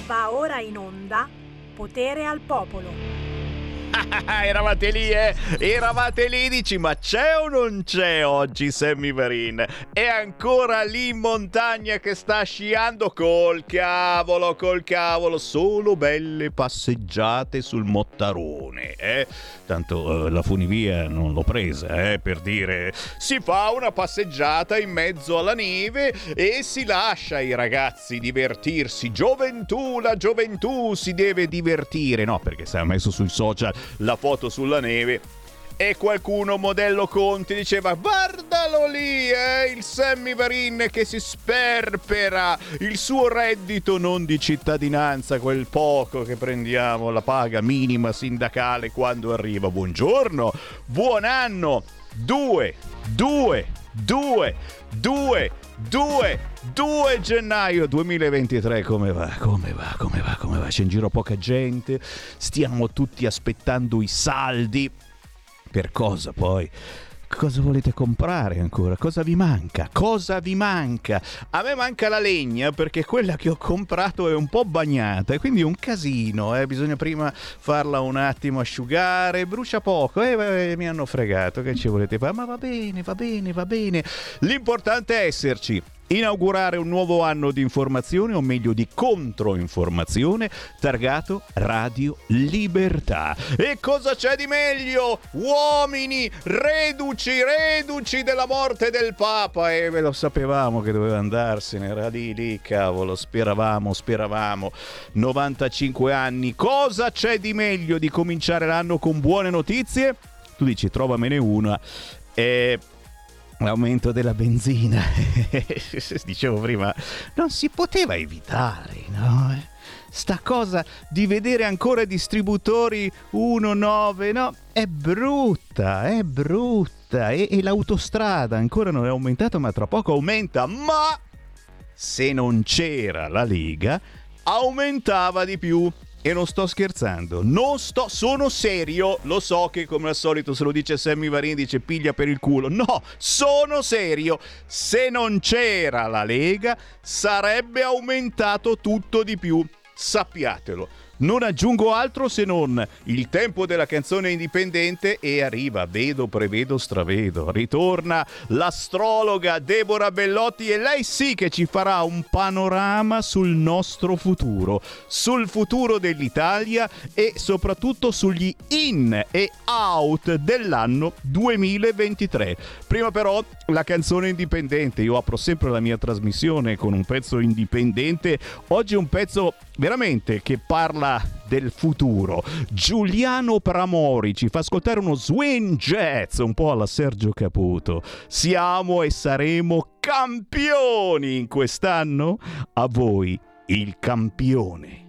Va ora in onda Potere al Popolo. Eravate lì, Eravate lì, dici, ma c'è o non c'è oggi Sammy Varin? È ancora lì in montagna che sta sciando? Col cavolo, solo belle passeggiate sul Mottarone, Tanto la funivia non l'ho presa, per dire, si fa una passeggiata in mezzo alla neve e si lascia i ragazzi divertirsi. Gioventù, la gioventù si deve divertire, no, perché si è messo sui social la foto sulla neve e qualcuno, modello Conti, diceva: guardalo lì, il Sammy Varin che si sperpera il suo reddito non di cittadinanza, quel poco che prendiamo, la paga minima sindacale quando arriva. Buongiorno, buon anno, 2 gennaio 2023. Come va? C'è in giro poca gente, stiamo tutti aspettando i saldi. Per cosa poi? Cosa volete comprare ancora? Cosa vi manca? A me manca la legna, perché quella che ho comprato è un po' bagnata e quindi è un casino, Bisogna prima farla un attimo asciugare, brucia poco, mi hanno fregato, che ci volete fare? Ma va bene. L'importante è esserci. Inaugurare un nuovo anno di informazione, o meglio di controinformazione, targato Radio Libertà. E cosa c'è di meglio? Uomini reduci della morte del Papa, ve lo sapevamo che doveva andarsene, era lì, cavolo, speravamo. 95 anni, cosa c'è di meglio di cominciare l'anno con buone notizie? Tu dici, trovamene una. L'aumento della benzina, dicevo prima, non si poteva evitare, no? Sta cosa di vedere ancora distributori 1,9, no? È brutta, e l'autostrada ancora non è aumentata, ma tra poco aumenta, ma se non c'era la Lega aumentava di più. E non sto scherzando, sono serio. Lo so che come al solito se lo dice Sammy Varin dice piglia per il culo. No, sono serio. Se non c'era la Lega sarebbe aumentato tutto di più. Sappiatelo. Non aggiungo altro se non il tempo della canzone indipendente e arriva, vedo, prevedo, stravedo. Ritorna l'astrologa Deborah Bellotti e lei sì che ci farà un panorama sul nostro futuro, sul futuro dell'Italia e soprattutto sugli in e out dell'anno 2023. Prima però la canzone indipendente. Io apro sempre la mia trasmissione con un pezzo indipendente. Oggi un pezzo veramente che parla del futuro. Giuliano Pramori ci fa ascoltare uno swing jazz un po' alla Sergio Caputo. Siamo e saremo campioni in quest'anno. A voi il campione.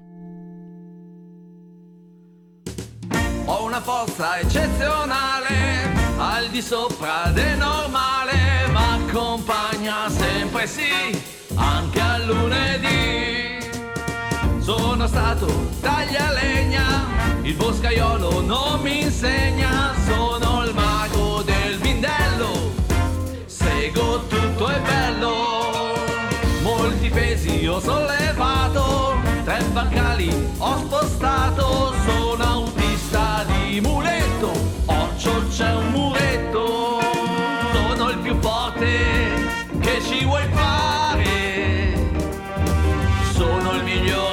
Ho una forza eccezionale, al di sopra del normale, m'accompagna sempre sì, anche al lunedì. Sono stato taglialegna, il boscaiolo non mi insegna, sono il mago del bindello, seguo tutto è bello, molti pesi ho sollevato, 3 bancali ho spostato, sono autista di muletto, occhio c'è un muretto, sono il più forte che ci vuoi fare, sono il migliore.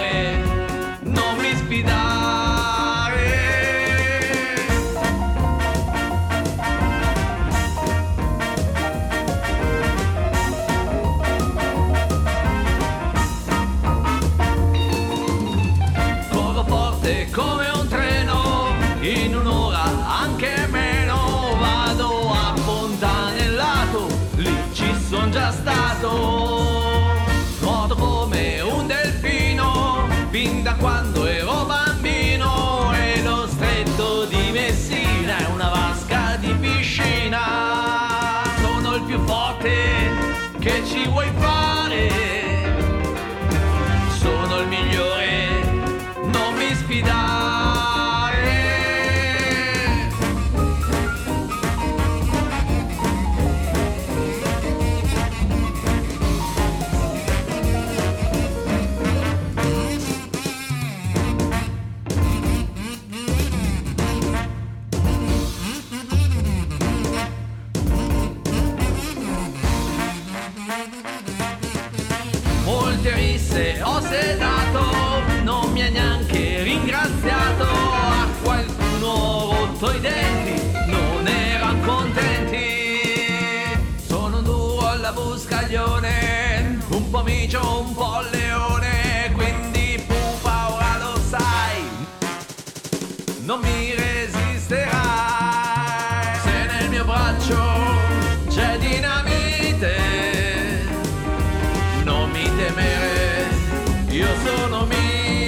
Corro forte come un treno, in un'ora anche meno, vado a Fontanellato, lì ci son già stato, nuoto come un delfino, fin da quando ero bambino, e lo stretto di Messina è una vasca di piscina, sono il più forte che ci vuoi fare, sono il migliore, non mi sfidare. molte risse ho sedato, non mi ha neanche ringraziato. A qualcuno ho rotto i denti, non erano contenti. Sono duro alla buscaglione, un po' micio, un po' leone, quindi pupa ora lo sai, non mi resisterai. Se nel mio braccio c'è dinamite, non mi temere, io sono mite.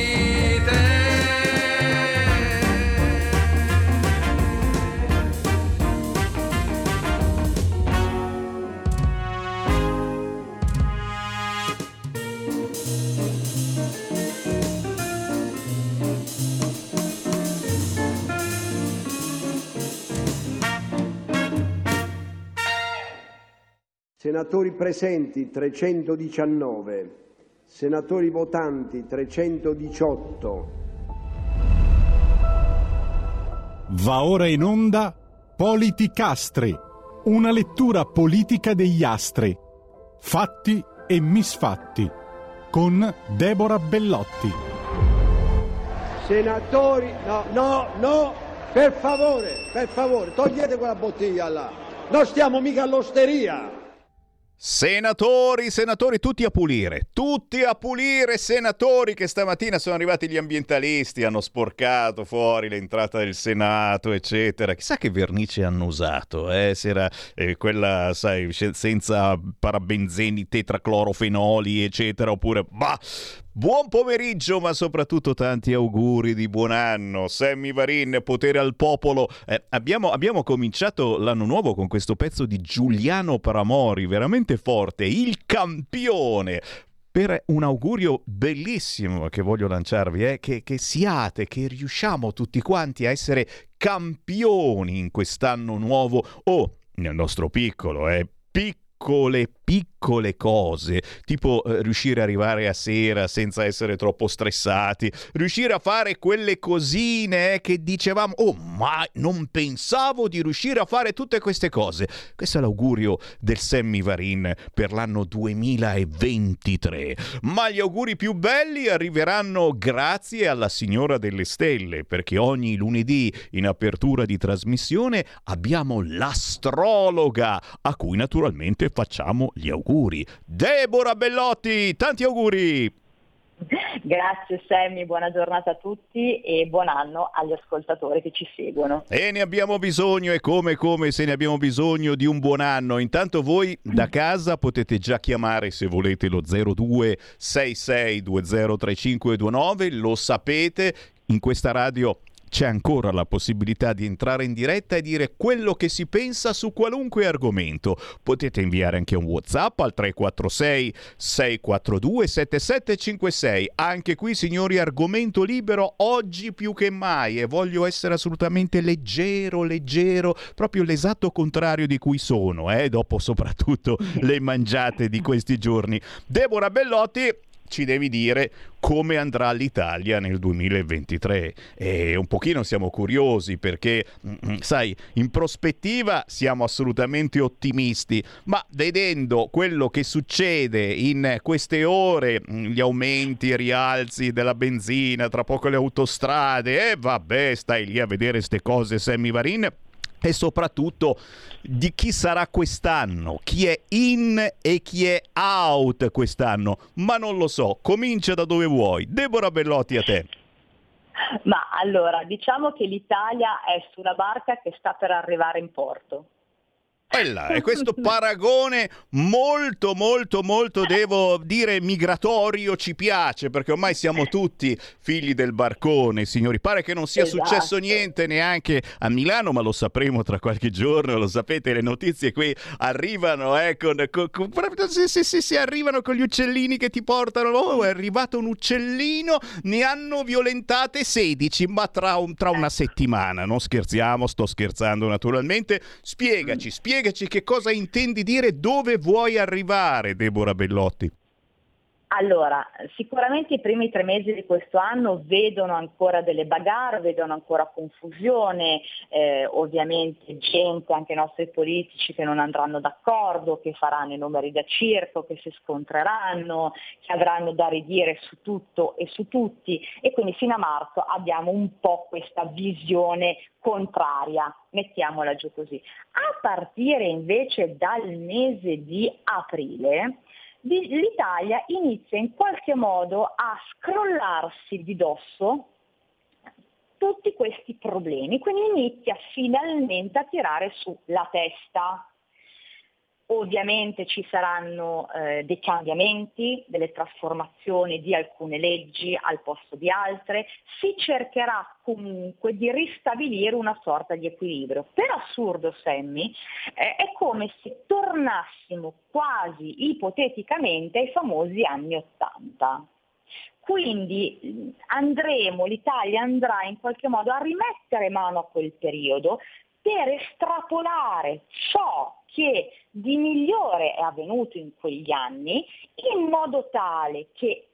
Senatori presenti 319, senatori votanti 318. Va ora in onda Politicastri, una lettura politica degli astri, fatti e misfatti, con Deborah Bellotti. Senatori, no, per favore, togliete quella bottiglia là, non stiamo mica all'osteria. Senatori, tutti a pulire, senatori, che stamattina sono arrivati gli ambientalisti, hanno sporcato fuori l'entrata del Senato, eccetera. Chissà che vernice hanno usato, se era quella, sai, senza parabenzeni, tetraclorofenoli, eccetera, oppure, buon pomeriggio, ma soprattutto tanti auguri di buon anno. Sammy Varin, potere al popolo. Abbiamo cominciato l'anno nuovo con questo pezzo di Giuliano Paramori, veramente forte, il campione. Per un augurio bellissimo che voglio lanciarvi, che siate, che riusciamo tutti quanti a essere campioni in quest'anno nuovo, nel nostro piccolo, piccole cose, tipo riuscire a arrivare a sera senza essere troppo stressati, riuscire a fare quelle cosine che dicevamo, ma non pensavo di riuscire a fare tutte queste cose. Questo è l'augurio del Sammy Varin per l'anno 2023, ma gli auguri più belli arriveranno grazie alla Signora delle Stelle, perché ogni lunedì in apertura di trasmissione abbiamo l'astrologa, a cui naturalmente facciamo gli auguri. Deborah Bellotti, tanti auguri! Grazie Sammy, buona giornata a tutti e buon anno agli ascoltatori che ci seguono. E ne abbiamo bisogno, e come se ne abbiamo bisogno di un buon anno. Intanto voi da casa potete già chiamare, se volete, lo 0266203529, lo sapete, in questa radio c'è ancora la possibilità di entrare in diretta e dire quello che si pensa su qualunque argomento. Potete inviare anche un WhatsApp al 346 642 7756. Anche qui, signori, argomento libero oggi più che mai, e voglio essere assolutamente leggero, proprio l'esatto contrario di cui sono, dopo soprattutto le mangiate di questi giorni. Deborah Bellotti, ci devi dire come andrà l'Italia nel 2023, e un pochino siamo curiosi perché, sai, in prospettiva siamo assolutamente ottimisti, ma vedendo quello che succede in queste ore, gli aumenti e rialzi della benzina, tra poco le autostrade, vabbè, stai lì a vedere ste cose, Sammy Varin. E soprattutto di chi sarà quest'anno, chi è in e chi è out quest'anno, ma non lo so. Comincia da dove vuoi. Deborah Bellotti, a te. Ma allora, diciamo che l'Italia è su una barca che sta per arrivare in porto. E questo paragone molto, devo dire, migratorio ci piace, perché ormai siamo tutti figli del barcone, signori. Pare che non sia successo niente neanche a Milano, ma lo sapremo tra qualche giorno. Lo sapete, le notizie qui arrivano arrivano con gli uccellini che ti portano. È arrivato un uccellino, ne hanno violentate 16, ma tra una settimana. Non scherziamo, sto scherzando naturalmente. Spiegaci che cosa intendi dire, dove vuoi arrivare, Deborah Bellotti. Allora, sicuramente i primi 3 mesi di questo anno vedono ancora delle bagarre, vedono ancora confusione, ovviamente gente, anche i nostri politici, che non andranno d'accordo, che faranno i numeri da circo, che si scontreranno, che avranno da ridire su tutto e su tutti, e quindi fino a marzo abbiamo un po' questa visione contraria, mettiamola giù così. A partire invece dal mese di aprile, l'Italia inizia in qualche modo a scrollarsi di dosso tutti questi problemi, quindi inizia finalmente a tirare su la testa. Ovviamente ci saranno dei cambiamenti, delle trasformazioni di alcune leggi al posto di altre, si cercherà comunque di ristabilire una sorta di equilibrio. Per assurdo, Sammy, è come se tornassimo quasi ipoteticamente ai famosi anni '80. Quindi l'Italia andrà in qualche modo a rimettere mano a quel periodo per estrapolare ciò che di migliore è avvenuto in quegli anni, in modo tale che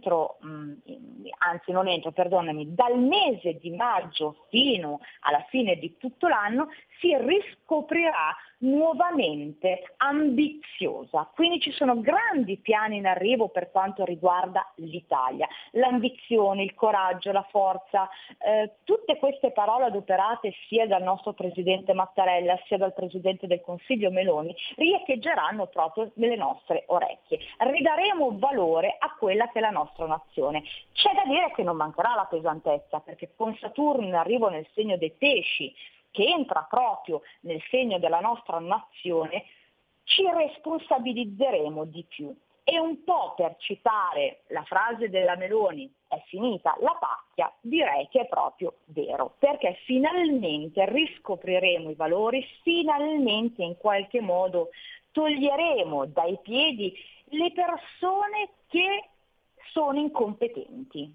dal mese di maggio fino alla fine di tutto l'anno si riscoprirà nuovamente ambiziosa. Quindi ci sono grandi piani in arrivo per quanto riguarda l'Italia. L'ambizione, il coraggio, la forza, tutte queste parole adoperate sia dal nostro Presidente Mattarella sia dal Presidente del Consiglio Meloni riecheggeranno proprio nelle nostre orecchie. Ridaremo valore a quella che è la nostra nazione. C'è da dire che non mancherà la pesantezza, perché con Saturno in arrivo nel segno dei Pesci, che entra proprio nel segno della nostra nazione, ci responsabilizzeremo di più. E un po' per citare la frase della Meloni, è finita la pacchia, direi che è proprio vero, perché finalmente riscopriremo i valori, finalmente in qualche modo toglieremo dai piedi le persone che sono incompetenti.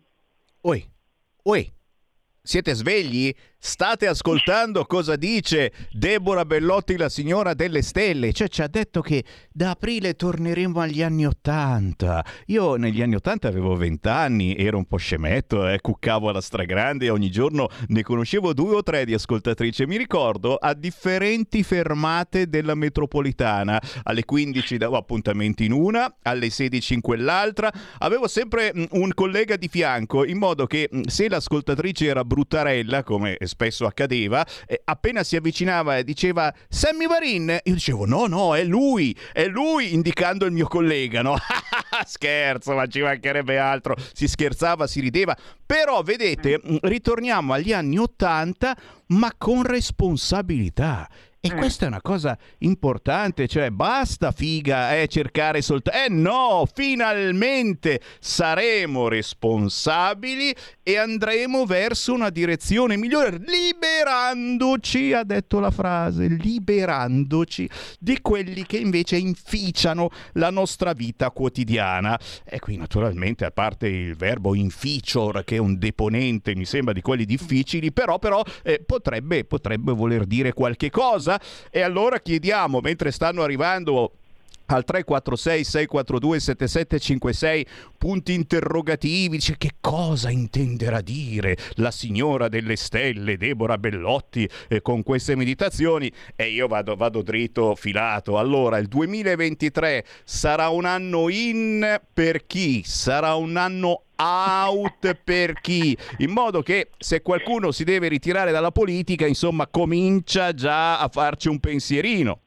Oi, siete svegli? State ascoltando cosa dice Deborah Bellotti, la signora delle stelle? Cioè, ci ha detto che da aprile torneremo agli anni '80. Io negli anni '80 avevo 20 anni, ero un po' scemetto, cuccavo alla stragrande e ogni giorno ne conoscevo 2 o 3 di ascoltatrici. Mi ricordo a differenti fermate della metropolitana, alle 15 davo appuntamenti in una, alle 16 in quell'altra. Avevo sempre un collega di fianco, in modo che se l'ascoltatrice era bruttarella, come spesso accadeva, appena si avvicinava e diceva Sammy Varin, io dicevo no, è lui, indicando il mio collega, no? Scherzo, ma ci mancherebbe altro, si scherzava, si rideva, però vedete, ritorniamo agli anni '80 ma con responsabilità. E questa è una cosa importante, cioè basta figa cercare soltanto... no, finalmente saremo responsabili e andremo verso una direzione migliore, liberandoci, ha detto la frase, liberandoci di quelli che invece inficiano la nostra vita quotidiana. E qui naturalmente, a parte il verbo inficior, che è un deponente, mi sembra, di quelli difficili, però potrebbe voler dire qualche cosa. E allora chiediamo, mentre stanno arrivando al 346 642 7756 punti interrogativi, cioè, che cosa intenderà dire la signora delle stelle Deborah Bellotti con queste meditazioni? E io vado dritto filato. Allora, il 2023 sarà un anno in per chi? Sarà un anno out per chi? In modo che se qualcuno si deve ritirare dalla politica, insomma, comincia già a farci un pensierino.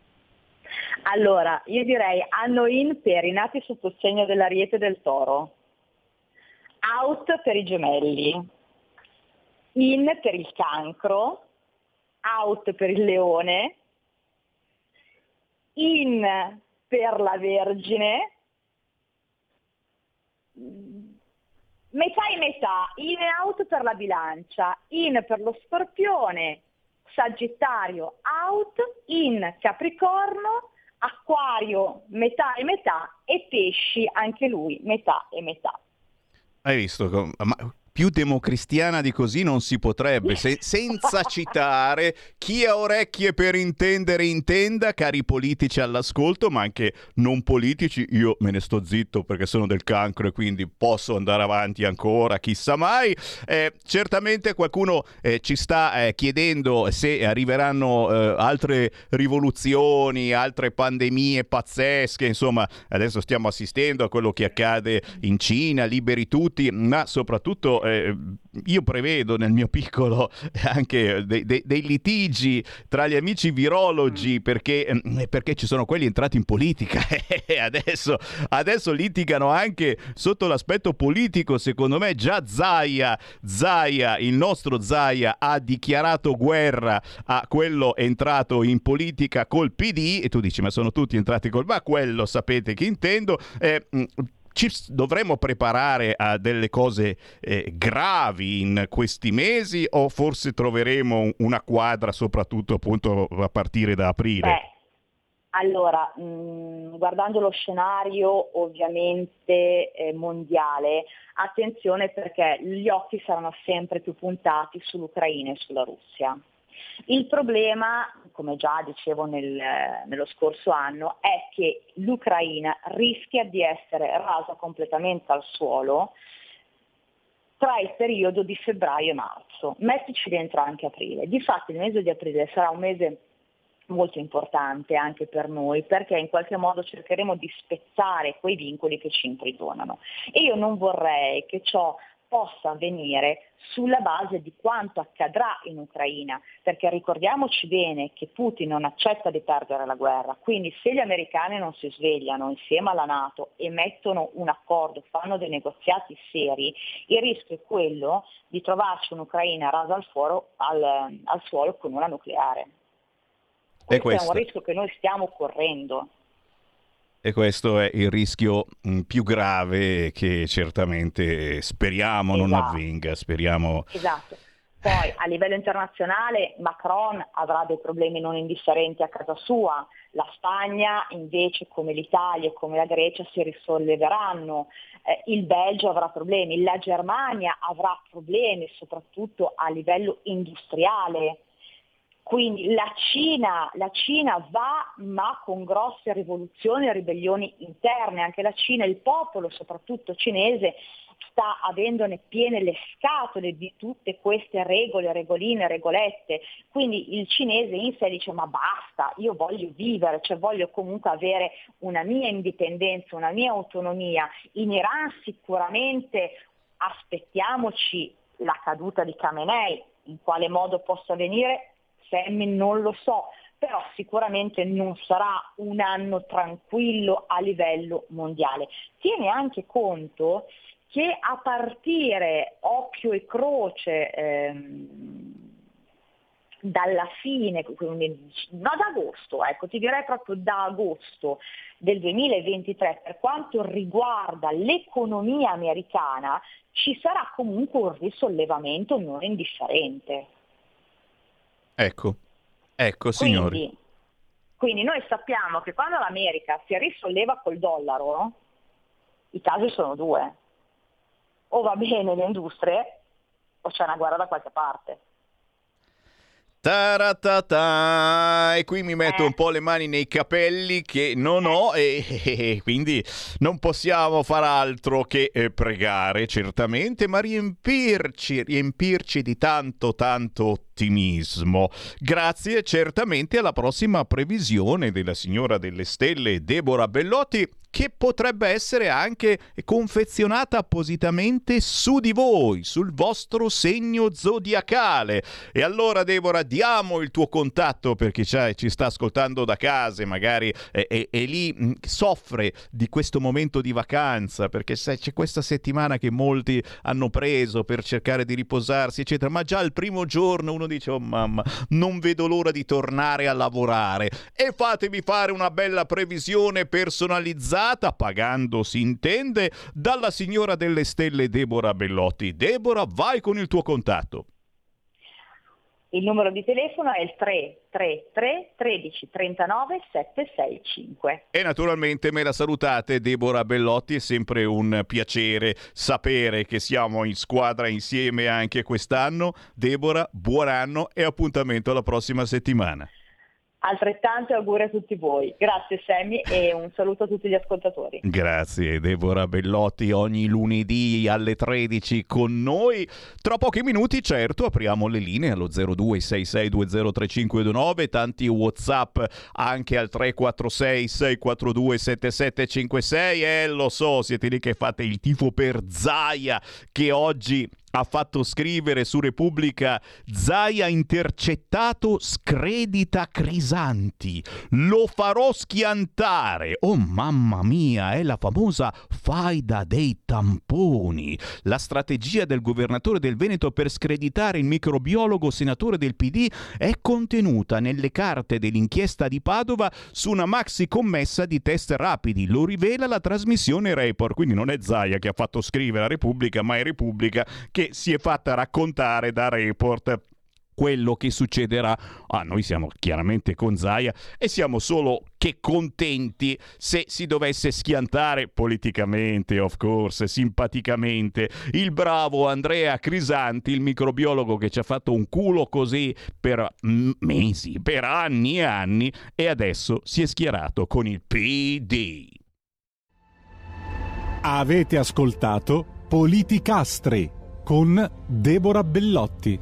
Allora, io direi anno in per i nati sotto il segno dell'Ariete e del Toro, out per i Gemelli, in per il Cancro, out per il Leone, in per la Vergine, metà e metà, in e out per la Bilancia, in per lo Scorpione, Sagittario out, in Capricorno, Acquario metà e metà e Pesci anche lui metà e metà. Hai visto? Ma più democristiana di così non si potrebbe, senza citare chi ha orecchie per intendere intenda, cari politici all'ascolto, ma anche non politici. Io me ne sto zitto perché sono del cancro e quindi posso andare avanti ancora, chissà mai. Certamente qualcuno ci sta chiedendo se arriveranno altre rivoluzioni, altre pandemie pazzesche. Insomma, adesso stiamo assistendo a quello che accade in Cina, liberi tutti, ma soprattutto io prevedo nel mio piccolo anche dei litigi tra gli amici virologi, perché ci sono quelli entrati in politica e adesso litigano anche sotto l'aspetto politico. Secondo me già Zaia, il nostro Zaia, ha dichiarato guerra a quello entrato in politica col PD, e tu dici ma sono tutti entrati ma quello sapete che intendo. Ci dovremmo preparare a delle cose gravi in questi mesi, o forse troveremo una quadra soprattutto appunto a partire da aprile? Allora, guardando lo scenario ovviamente mondiale, attenzione, perché gli occhi saranno sempre più puntati sull'Ucraina e sulla Russia. Il problema, come già dicevo nello scorso anno, è che l'Ucraina rischia di essere rasa completamente al suolo tra il periodo di febbraio e marzo. Mettici dentro anche aprile. Difatti il mese di aprile sarà un mese molto importante anche per noi, perché in qualche modo cercheremo di spezzare quei vincoli che ci imprigionano. E io non vorrei che ciò possa avvenire sulla base di quanto accadrà in Ucraina, perché ricordiamoci bene che Putin non accetta di perdere la guerra, quindi se gli americani non si svegliano insieme alla NATO e mettono un accordo, fanno dei negoziati seri, il rischio è quello di trovarci un'Ucraina rasa al suolo con una nucleare. Questo è un rischio che noi stiamo correndo. E questo è il rischio più grave, che certamente speriamo non avvenga. Speriamo. Esatto. Poi a livello internazionale Macron avrà dei problemi non indifferenti a casa sua, la Spagna invece, come l'Italia e come la Grecia, si risolleveranno, il Belgio avrà problemi, la Germania avrà problemi soprattutto a livello industriale. Quindi la Cina va, ma con grosse rivoluzioni e ribellioni interne. Anche la Cina, il popolo soprattutto cinese, sta avendone piene le scatole di tutte queste regole, regoline, regolette. Quindi il cinese in sé dice ma basta, io voglio vivere, cioè voglio comunque avere una mia indipendenza, una mia autonomia. In Iran sicuramente aspettiamoci la caduta di Khamenei, in quale modo possa avvenire non lo so, però sicuramente non sarà un anno tranquillo a livello mondiale. Tiene anche conto che a partire, occhio e croce, dalla fine, ad agosto, ecco, ti direi proprio da agosto del 2023, per quanto riguarda l'economia americana, ci sarà comunque un risollevamento non indifferente. Ecco, signori. Quindi noi sappiamo che quando l'America si risolleva col dollaro, i casi sono due: o va bene le industrie o c'è una guerra da qualche parte. Taratata, e qui mi metto un po' le mani nei capelli che non ho e quindi non possiamo far altro che pregare certamente, ma riempirci di tanto ottimismo. Grazie certamente alla prossima previsione della signora delle stelle Deborah Bellotti, che potrebbe essere anche confezionata appositamente su di voi, sul vostro segno zodiacale. E allora, Deborah, diamo il tuo contatto per chi ci sta ascoltando da casa, magari è lì, soffre di questo momento di vacanza, perché sai, c'è questa settimana che molti hanno preso per cercare di riposarsi, eccetera, ma già il primo giorno uno dice oh mamma, non vedo l'ora di tornare a lavorare. E fatemi fare una bella previsione personalizzata, pagando si intende, dalla signora delle stelle Deborah Bellotti. Deborah, vai con il tuo contatto. Il numero di telefono è il 333 13 39 765. E naturalmente me la salutate, Deborah Bellotti, è sempre un piacere sapere che siamo in squadra insieme anche quest'anno. Deborah, buon anno e appuntamento alla prossima settimana. Altrettanto auguri a tutti voi. Grazie Sammy e un saluto a tutti gli ascoltatori. Grazie Deborah Bellotti, ogni lunedì alle 13 con noi. Tra pochi minuti certo apriamo le linee allo 0266203529, tanti WhatsApp anche al 346 642 7756 lo so, siete lì che fate il tifo per Zaia che oggi ha fatto scrivere su Repubblica: Zaia intercettato scredita Crisanti, lo farò schiantare. Oh mamma mia, è la famosa faida dei tamponi, la strategia del governatore del Veneto per screditare il microbiologo senatore del PD è contenuta nelle carte dell'inchiesta di Padova su una maxi commessa di test rapidi, lo rivela la trasmissione Report. Quindi non è Zaia che ha fatto scrivere a Repubblica, ma è Repubblica che si è fatta raccontare da Report quello che succederà. Noi siamo chiaramente con Zaia e siamo solo che contenti se si dovesse schiantare politicamente, of course, simpaticamente, il bravo Andrea Crisanti, il microbiologo che ci ha fatto un culo così per mesi, per anni e anni, e adesso si è schierato con il PD. Avete ascoltato Politicastri con Deborah Bellotti.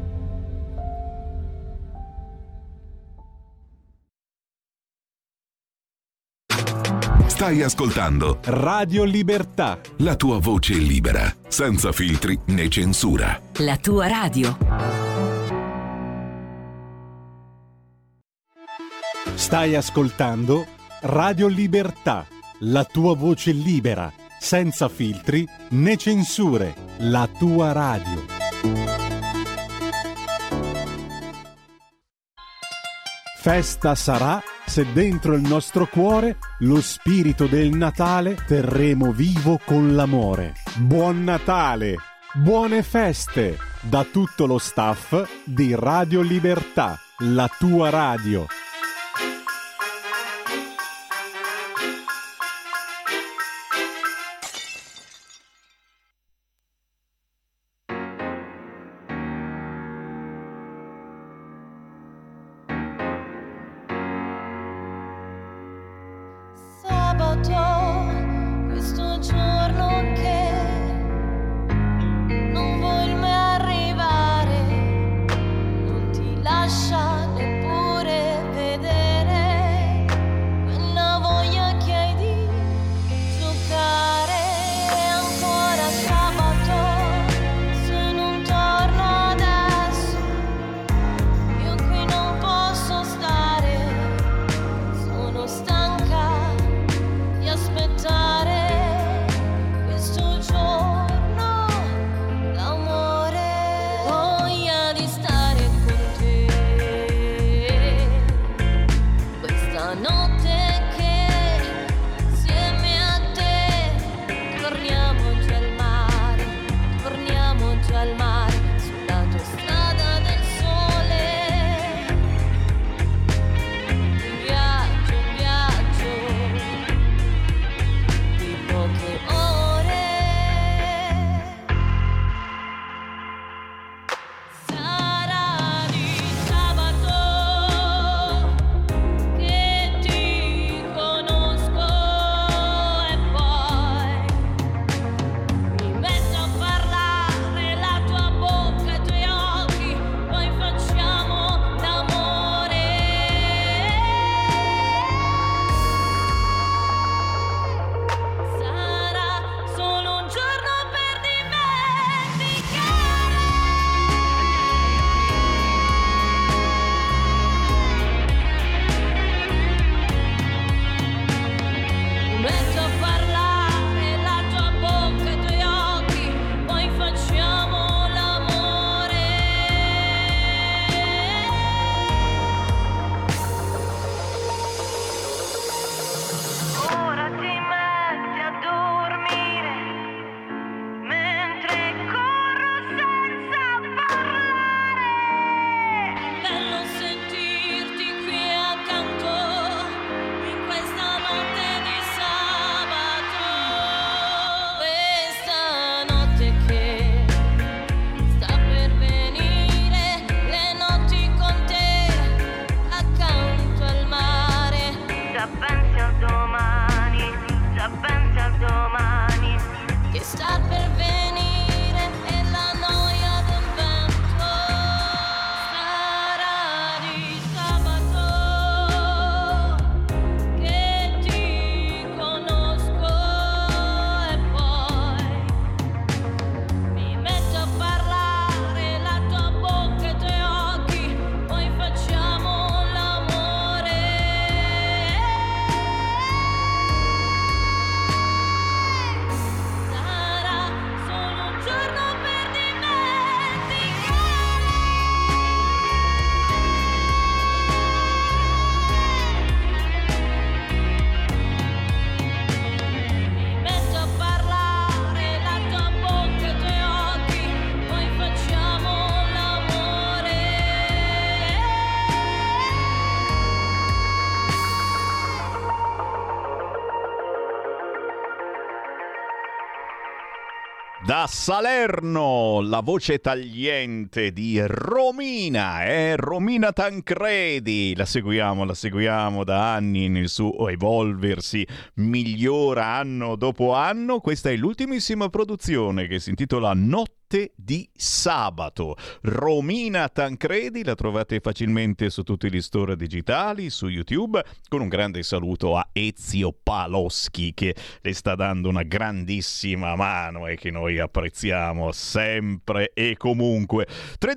Stai ascoltando Radio Libertà, la tua voce libera, senza filtri né censura. La tua radio. stai ascoltando Radio Libertà, la tua voce libera, senza filtri né censure, la tua radio. Festa sarà se dentro il nostro cuore lo spirito del Natale terremo vivo con l'amore. Buon Natale, buone feste da tutto lo staff di Radio Libertà, la tua radio. Questo giorno che non vuoi mai arrivare, non ti lascia neppure vedere. Da Salerno, la voce tagliente di Romina, Romina Tancredi. La seguiamo da anni nel suo evolversi, migliora anno dopo anno. Questa è l'ultimissima produzione che si intitola Notte di sabato. Romina Tancredi, la trovate facilmente su tutti gli store digitali, su YouTube, con un grande saluto a Ezio Paloschi che le sta dando una grandissima mano e che noi apprezziamo sempre e comunque.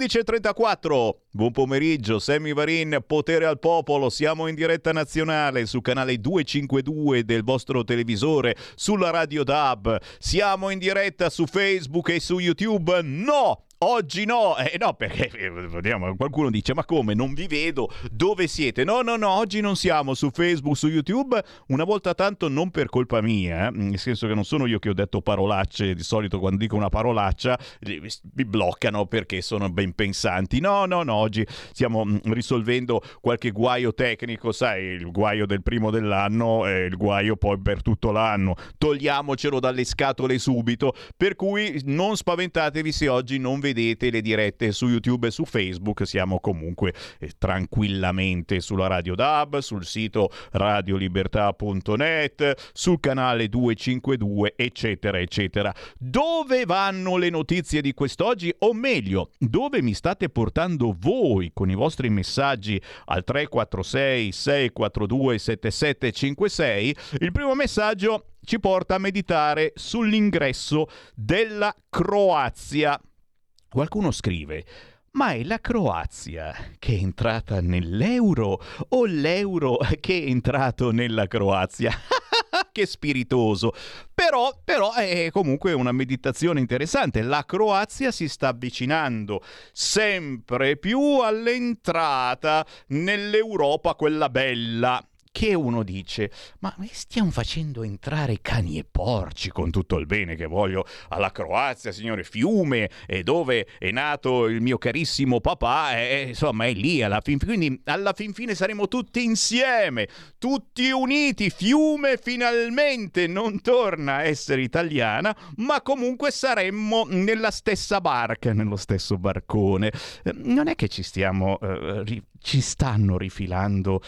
13.34, buon pomeriggio, Sammy Varin, Potere al Popolo, siamo in diretta nazionale su canale 252 del vostro televisore, sulla Radio DAB, siamo in diretta su Facebook e su YouTube. No! Oggi no, no, perché vediamo, qualcuno dice ma come, non vi vedo, dove siete? No, oggi non siamo su Facebook, su YouTube, una volta tanto non per colpa mia, nel senso che non sono io che ho detto parolacce, di solito quando dico una parolaccia mi bloccano perché sono ben pensanti, no, oggi stiamo risolvendo qualche guaio tecnico, sai, il guaio del primo dell'anno e il guaio poi per tutto l'anno, togliamocelo dalle scatole subito, per cui non spaventatevi se oggi non vedete le dirette su YouTube e su Facebook, siamo comunque tranquillamente sulla Radio DAB, sul sito radiolibertà.net, sul canale 252, eccetera, eccetera. Dove vanno le notizie di quest'oggi? O meglio, dove mi state portando voi con i vostri messaggi al 346 642 7756? Il primo messaggio ci porta a meditare sull'ingresso della Croazia. Qualcuno scrive: ma è la Croazia che è entrata nell'euro o l'euro che è entrato nella Croazia? Che spiritoso! Però è comunque una meditazione interessante. La Croazia si sta avvicinando sempre più all'entrata nell'Europa, quella bella. Che uno dice, ma stiamo facendo entrare cani e porci, con tutto il bene che voglio alla Croazia, signore, fiume, dove è nato il mio carissimo papà, insomma è lì alla fin fine, quindi alla fin fine saremo tutti insieme, tutti uniti. Fiume finalmente non torna a essere italiana, ma comunque saremmo nella stessa barca, nello stesso barcone. Non è che ci stanno rifilando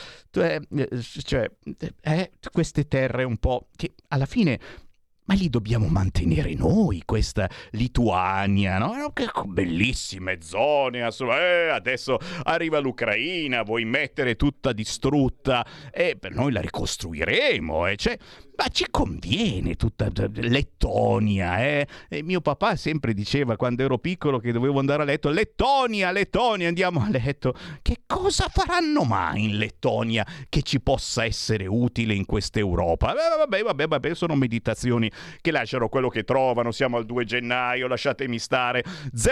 queste terre un po' che alla fine, ma li dobbiamo mantenere noi, questa Lituania, no? Che bellissime zone, adesso arriva l'Ucraina, vuoi mettere tutta distrutta, per noi la ricostruiremo, ma ci conviene tutta Lettonia, E mio papà sempre diceva quando ero piccolo che dovevo andare a letto, Lettonia, andiamo a letto. Che cosa faranno mai in Lettonia che ci possa essere utile in questa Europa? Vabbè, sono meditazioni che lasciano quello che trovano. Siamo al 2 gennaio, lasciatemi stare.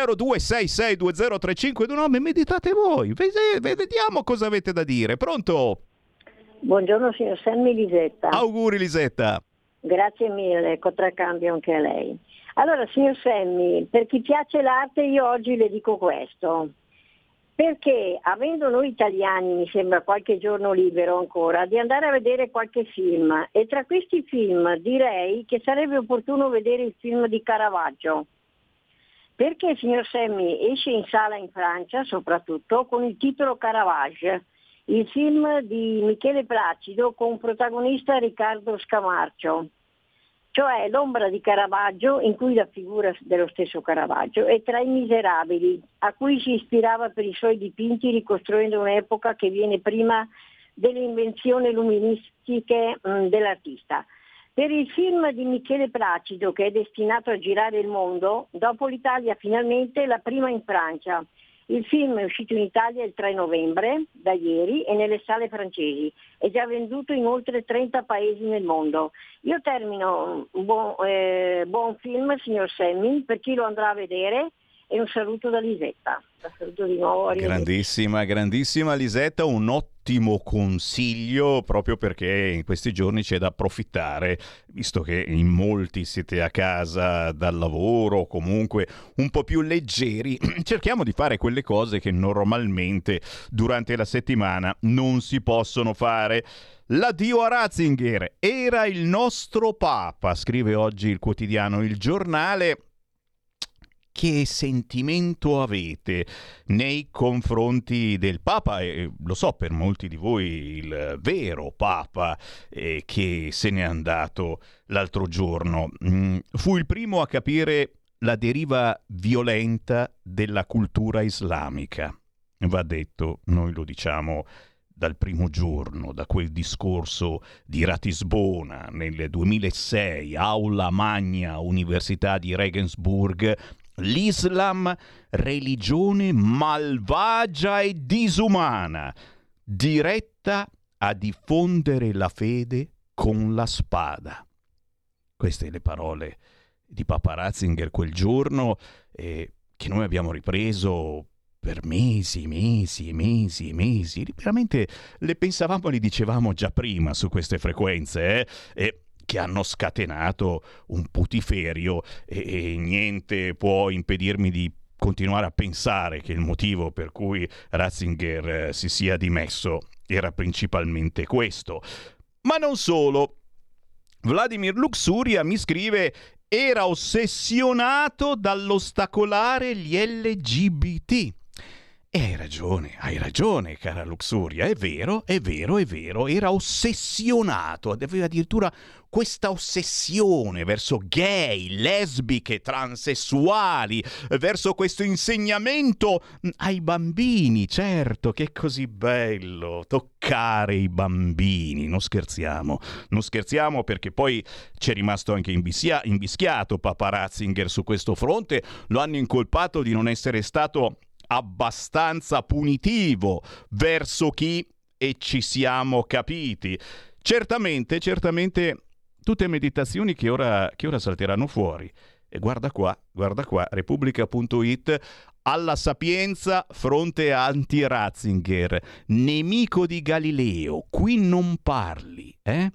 0266203529, meditate voi, vediamo cosa avete da dire. Pronto? Buongiorno signor Sammy, Lisetta. Auguri Lisetta. Grazie mille, contraccambio anche a lei. Allora signor Sammy, per chi piace l'arte io oggi le dico questo, perché avendo noi italiani, mi sembra qualche giorno libero ancora, di andare a vedere qualche film, e tra questi film direi che sarebbe opportuno vedere il film di Caravaggio, perché signor Sammy esce in sala in Francia soprattutto con il titolo Caravage, il film di Michele Placido con protagonista Riccardo Scamarcio, cioè l'ombra di Caravaggio, in cui la figura dello stesso Caravaggio è tra i miserabili, a cui si ispirava per i suoi dipinti ricostruendo un'epoca che viene prima delle invenzioni luministiche dell'artista. Per il film di Michele Placido, che è destinato a girare il mondo, dopo l'Italia finalmente la prima in Francia. Il film è uscito in Italia il 3 novembre, da ieri, e nelle sale francesi. È già venduto in oltre 30 paesi nel mondo. Io termino buon film, signor Sammy, per chi lo andrà a vedere, e un saluto da Lisetta. La saluto di nuovo. Grandissima Lisetta, un ottimo consiglio, proprio perché in questi giorni c'è da approfittare, visto che in molti siete a casa dal lavoro, comunque un po' più leggeri, cerchiamo di fare quelle cose che normalmente durante la settimana non si possono fare. L'addio a Ratzinger, era il nostro Papa, scrive oggi il quotidiano Il Giornale. che sentimento avete nei confronti del Papa, e lo so, per molti di voi il vero Papa che se n'è andato l'altro giorno. Fu il primo a capire la deriva violenta della cultura islamica. Va detto, noi lo diciamo dal primo giorno, da quel discorso di Ratisbona nel 2006, aula magna Università di Regensburg, l'Islam, religione malvagia e disumana, diretta a diffondere la fede con la spada. Queste le parole di Papa Ratzinger quel giorno, che noi abbiamo ripreso per mesi. Veramente le pensavamo, le dicevamo già prima su queste frequenze, che hanno scatenato un putiferio e niente può impedirmi di continuare a pensare che il motivo per cui Ratzinger si sia dimesso era principalmente questo. Ma non solo. Vladimir Luxuria mi scrive: era ossessionato dall'ostacolare gli LGBT. E hai ragione, cara Luxuria, è vero, era ossessionato, aveva addirittura questa ossessione verso gay, lesbiche, transessuali, verso questo insegnamento ai bambini. Certo, che è così bello toccare i bambini, non scherziamo, perché poi c'è rimasto anche invischiato Papa Ratzinger su questo fronte, lo hanno incolpato di non essere stato abbastanza punitivo verso chi, e ci siamo capiti. Certamente tutte meditazioni che ora salteranno fuori. E guarda qua, Repubblica.it, alla Sapienza, fronte anti-Ratzinger, nemico di Galileo, qui non parli,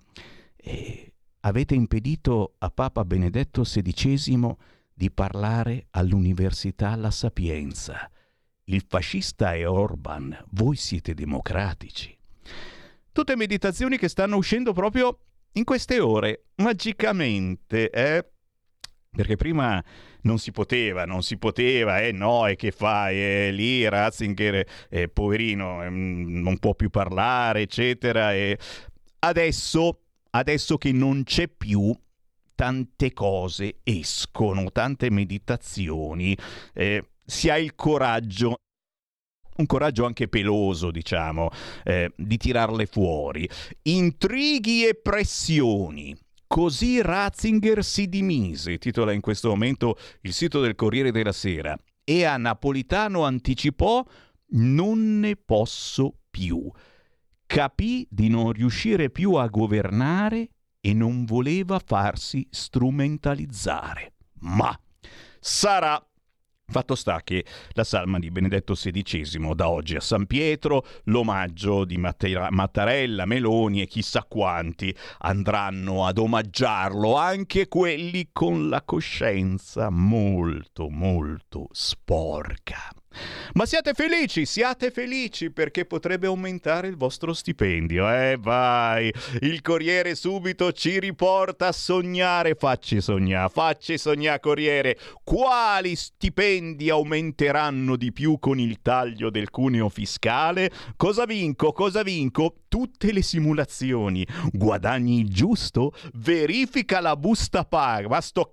E avete impedito a Papa Benedetto XVI di parlare all'Università La Sapienza. Il fascista è Orban, voi siete democratici. Tutte meditazioni che stanno uscendo proprio in queste ore, magicamente, Perché prima non si poteva, no, e che fai? Lì Ratzinger, poverino, non può più parlare, eccetera. E adesso che non c'è più, tante cose escono, tante meditazioni, si ha il coraggio, un coraggio anche peloso, diciamo, di tirarle fuori. Intrighi e pressioni. Così Ratzinger si dimise, titola in questo momento il sito del Corriere della Sera, e a Napolitano anticipò: non ne posso più. Capì di non riuscire più a governare e non voleva farsi strumentalizzare. Ma sarà. Fatto sta che la salma di Benedetto XVI, da oggi a San Pietro, l'omaggio di Mattarella, Meloni e chissà quanti andranno ad omaggiarlo, anche quelli con la coscienza molto sporca. Ma siate felici perché potrebbe aumentare il vostro stipendio. Vai, il Corriere subito ci riporta a sognare. Facci sognare, Corriere. Quali stipendi aumenteranno di più con il taglio del cuneo fiscale? Cosa vinco? Tutte le simulazioni. Guadagni il giusto? Verifica la busta paga. Ma sto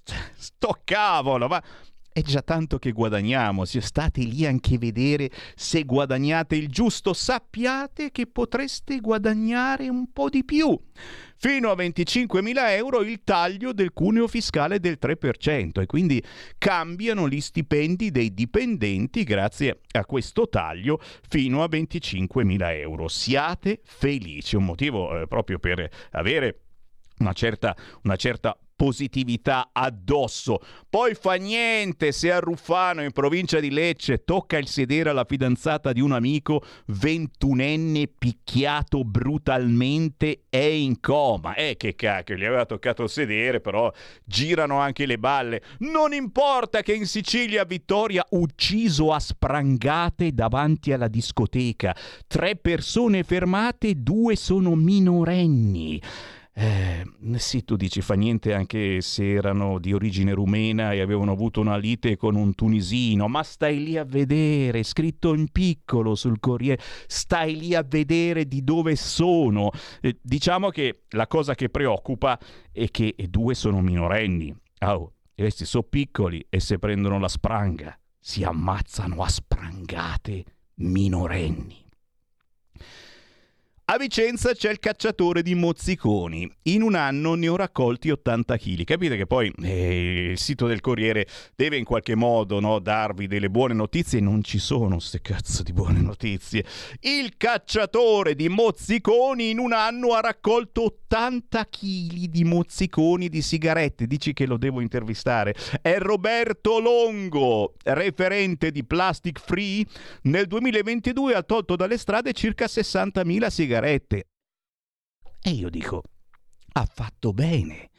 cavolo, ma... È già tanto che guadagniamo, state lì anche a vedere se guadagnate il giusto, sappiate che potreste guadagnare un po' di più. Fino a 25.000 euro il taglio del cuneo fiscale del 3% e quindi cambiano gli stipendi dei dipendenti grazie a questo taglio fino a 25.000 euro. Siate felici, un motivo proprio per avere una certa positività addosso. Poi fa niente se a Ruffano, in provincia di Lecce, tocca il sedere alla fidanzata di un amico, 21enne, picchiato brutalmente, è in coma. Che cacchio, gli aveva toccato il sedere, però girano anche le balle. Non importa che in Sicilia Vittoria, ucciso a sprangate davanti alla discoteca. 3 persone fermate, 2 sono minorenni. Sì, tu dici fa niente anche se erano di origine rumena e avevano avuto una lite con un tunisino, ma stai lì a vedere, scritto in piccolo sul Corriere, stai lì a vedere di dove sono. Diciamo che la cosa che preoccupa è che 2 sono minorenni. Oh, questi sono piccoli e se prendono la spranga si ammazzano a sprangate minorenni. A Vicenza c'è il cacciatore di mozziconi. In un anno ne ho raccolti 80 kg. Capite che poi il sito del Corriere deve in qualche modo, no, darvi delle buone notizie. Non ci sono ste cazzo di buone notizie. Il cacciatore di mozziconi in un anno ha raccolto 80 kg di mozziconi di sigarette. Dici che lo devo intervistare. È Roberto Longo, referente di Plastic Free. Nel 2022 ha tolto dalle strade circa 60.000 sigarette. E io dico, ha fatto bene,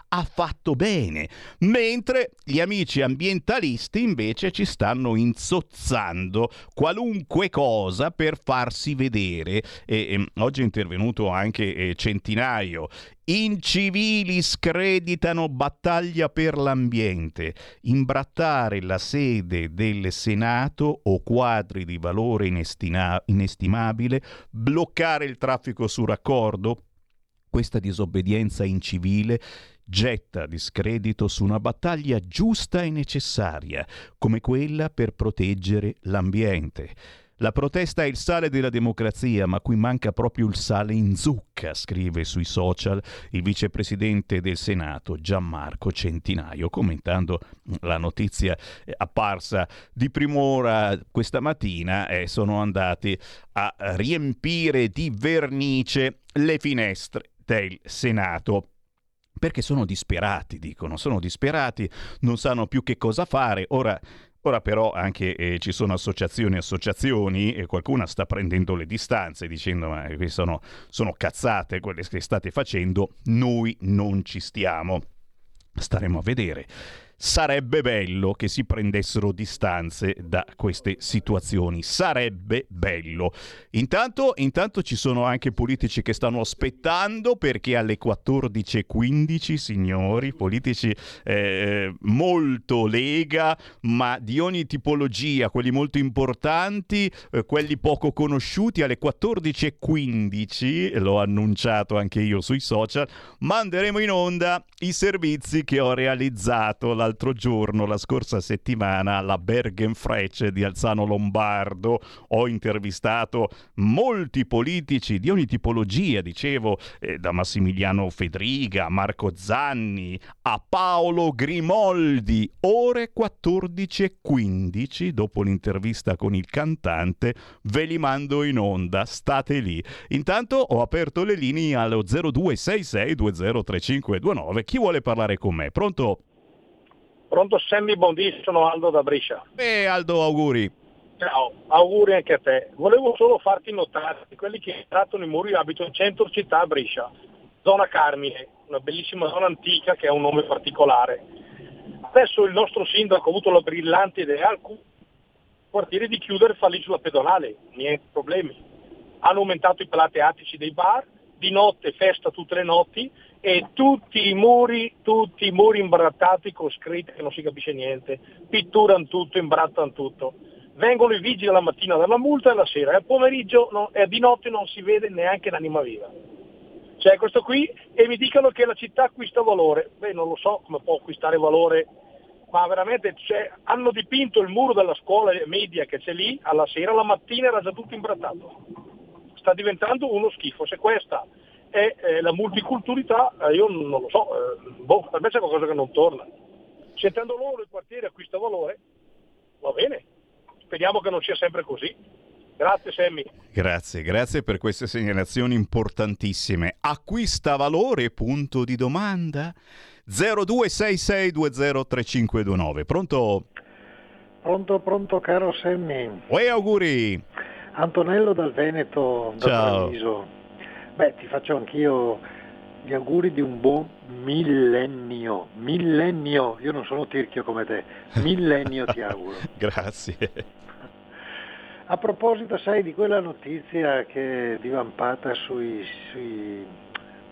mentre gli amici ambientalisti invece ci stanno insozzando qualunque cosa per farsi vedere. Oggi è intervenuto anche Centinaio. Incivili screditano battaglia per l'ambiente, imbrattare la sede del Senato o quadri di valore inestimabile, bloccare il traffico su raccordo. Questa disobbedienza incivile getta discredito su una battaglia giusta e necessaria, come quella per proteggere l'ambiente. La protesta è il sale della democrazia, ma qui manca proprio il sale in zucca, scrive sui social il vicepresidente del Senato Gianmarco Centinaio, commentando la notizia apparsa di prim'ora questa mattina. Sono andati a riempire di vernice le finestre del Senato. Perché sono disperati, dicono, non sanno più che cosa fare. Ora però anche ci sono associazioni e qualcuna sta prendendo le distanze dicendo ma sono cazzate quelle che state facendo, noi non ci stiamo. Staremo a vedere. Sarebbe bello che si prendessero distanze da queste situazioni. Sarebbe bello. Intanto ci sono anche politici che stanno aspettando, perché alle 14:15, signori, politici molto Lega, ma di ogni tipologia, quelli molto importanti, quelli poco conosciuti, alle 14:15, l'ho annunciato anche io sui social, manderemo in onda i servizi che ho realizzato l'altro giorno, la scorsa settimana, alla Bergenfrecce di Alzano Lombardo. Ho intervistato molti politici di ogni tipologia, dicevo, da Massimiliano Fedriga, a Marco Zanni, a Paolo Grimoldi. Ore 14:15, dopo l'intervista con il cantante, ve li mando in onda, state lì. Intanto ho aperto le linee allo 0266203529. Chi vuole parlare con me? Pronto? Pronto Sammy, buondì, sono Aldo da Brescia. Aldo, auguri. Ciao, auguri anche a te. Volevo solo farti notare che quelli che trattano i muri abitano in centro città a Brescia, zona Carmine, una bellissima zona antica che ha un nome particolare. Adesso il nostro sindaco ha avuto la brillante idea al quartiere di chiudere e farli sulla pedonale, niente problemi. Hanno aumentato i palati attici dei bar, di notte festa tutte le notti, e tutti i muri imbrattati con scritte che non si capisce niente, pitturano tutto, imbrattano tutto. Vengono i vigili la mattina dalla multa e la sera, e al pomeriggio e di notte non si vede neanche l'anima viva. C'è questo qui e mi dicono che la città acquista valore. Beh, non lo so come può acquistare valore, ma veramente hanno dipinto il muro della scuola media che c'è lì, alla sera, la mattina era già tutto imbrattato. Sta diventando uno schifo. Se questa è la multiculturalità, io non lo so, per me c'è qualcosa che non torna. Sentendo loro il quartiere acquista valore, va bene, speriamo che non sia sempre così. Grazie Sammy. Grazie per queste segnalazioni importantissime. Acquista valore, punto di domanda? 0266203529. Pronto caro Sammy. Auguri. Antonello dal Veneto, da Treviso. Beh, ti faccio anch'io gli auguri di un buon millennio, io non sono tirchio come te, millennio ti auguro. Grazie. A proposito, sai, di quella notizia che è divampata sui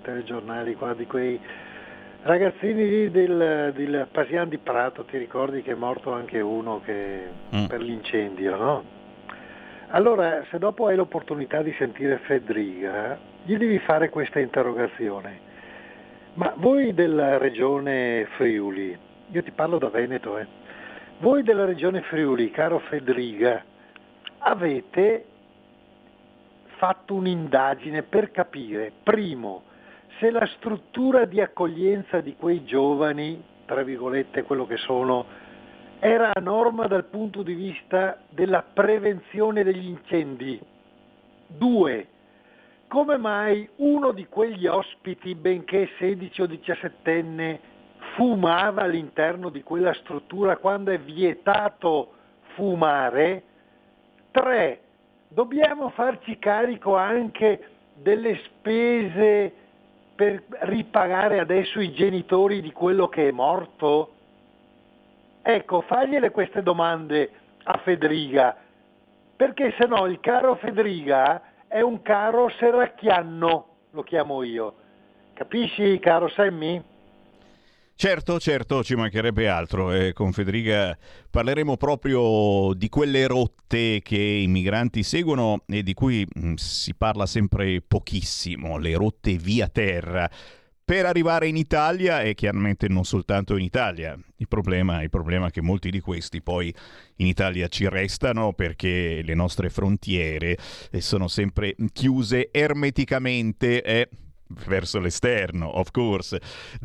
telegiornali qua di quei ragazzini del Pasian di Prato, ti ricordi che è morto anche uno per l'incendio, no? Allora, se dopo hai l'opportunità di sentire Fedriga, gli devi fare questa interrogazione. Ma voi della regione Friuli, io ti parlo da Veneto, voi della regione Friuli, caro Fedriga, avete fatto un'indagine per capire, primo, se la struttura di accoglienza di quei giovani, tra virgolette quello che sono, era a norma dal punto di vista della prevenzione degli incendi. 2. Come mai uno di quegli ospiti, benché 16 o 17enne, fumava all'interno di quella struttura quando è vietato fumare? 3. Dobbiamo farci carico anche delle spese per ripagare adesso i genitori di quello che è morto? Ecco, fagliele queste domande a Fedriga, perché se no il caro Fedriga è un caro serracchiano, lo chiamo io. Capisci, caro Sammy? Certo, ci mancherebbe altro. Con Fedriga parleremo proprio di quelle rotte che i migranti seguono e di cui si parla sempre pochissimo, le rotte via terra, per arrivare in Italia e chiaramente non soltanto in Italia. Il problema è che molti di questi poi in Italia ci restano perché le nostre frontiere sono sempre chiuse ermeticamente verso l'esterno, of course.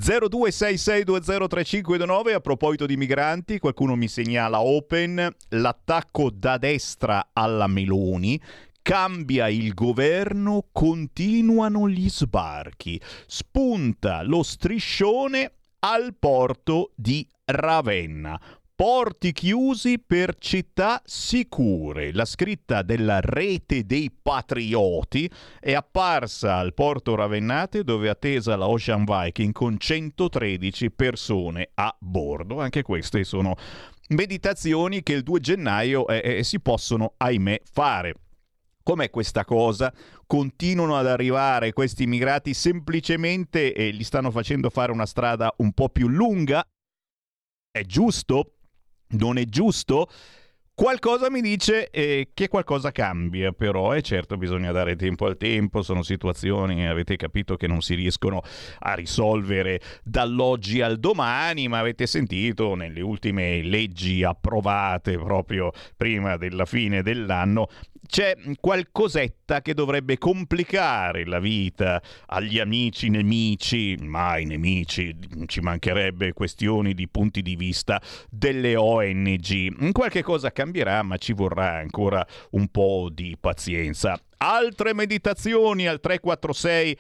0266203529. A proposito di migranti, qualcuno mi segnala Open, l'attacco da destra alla Meloni. Cambia il governo, continuano gli sbarchi. Spunta lo striscione al porto di Ravenna. Porti chiusi per città sicure. La scritta della rete dei patrioti è apparsa al porto ravennate, dove è attesa la Ocean Viking con 113 persone a bordo. Anche queste sono meditazioni che il 2 gennaio si possono, ahimè, fare. Com'è questa cosa? Continuano ad arrivare questi immigrati semplicemente e gli stanno facendo fare una strada un po' più lunga? È giusto? Non è giusto? Qualcosa mi dice che qualcosa cambia, però certo bisogna dare tempo al tempo, sono situazioni, avete capito, che non si riescono a risolvere dall'oggi al domani, ma avete sentito nelle ultime leggi approvate proprio prima della fine dell'anno, c'è qualcosetta che dovrebbe complicare la vita agli amici nemici, mai nemici, ci mancherebbe, questioni di punti di vista delle ONG. Qualche cosa cambierà, ma ci vorrà ancora un po' di pazienza. Altre meditazioni al 346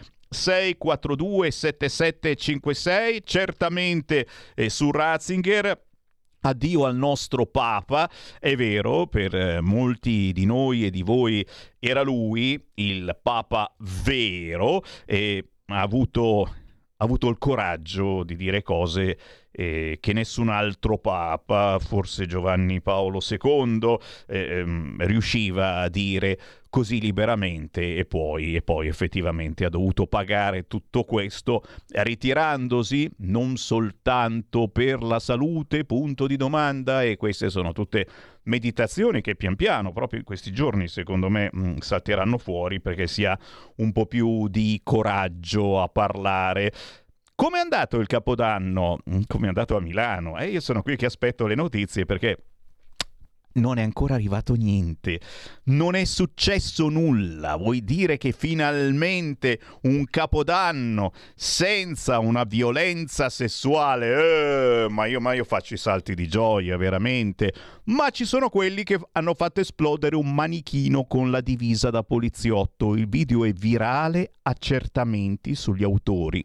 642 7756, certamente su Ratzinger. Addio al nostro Papa. È vero, per molti di noi e di voi era lui il Papa vero, e ha avuto il coraggio di dire cose che nessun altro Papa, forse Giovanni Paolo II, riusciva a dire così liberamente, e poi effettivamente ha dovuto pagare tutto questo ritirandosi, non soltanto per la salute, punto di domanda. E queste sono tutte meditazioni che pian piano, proprio in questi giorni, secondo me salteranno fuori, perché si ha un po' più di coraggio a parlare. Come è andato il Capodanno? Come è andato a Milano? Io sono qui che aspetto le notizie, perché non è ancora arrivato niente, non è successo nulla. Vuoi dire che finalmente un Capodanno senza una violenza sessuale? Ma io faccio i salti di gioia, veramente. Ma ci sono quelli che hanno fatto esplodere un manichino con la divisa da poliziotto. Il video è virale, accertamenti sugli autori.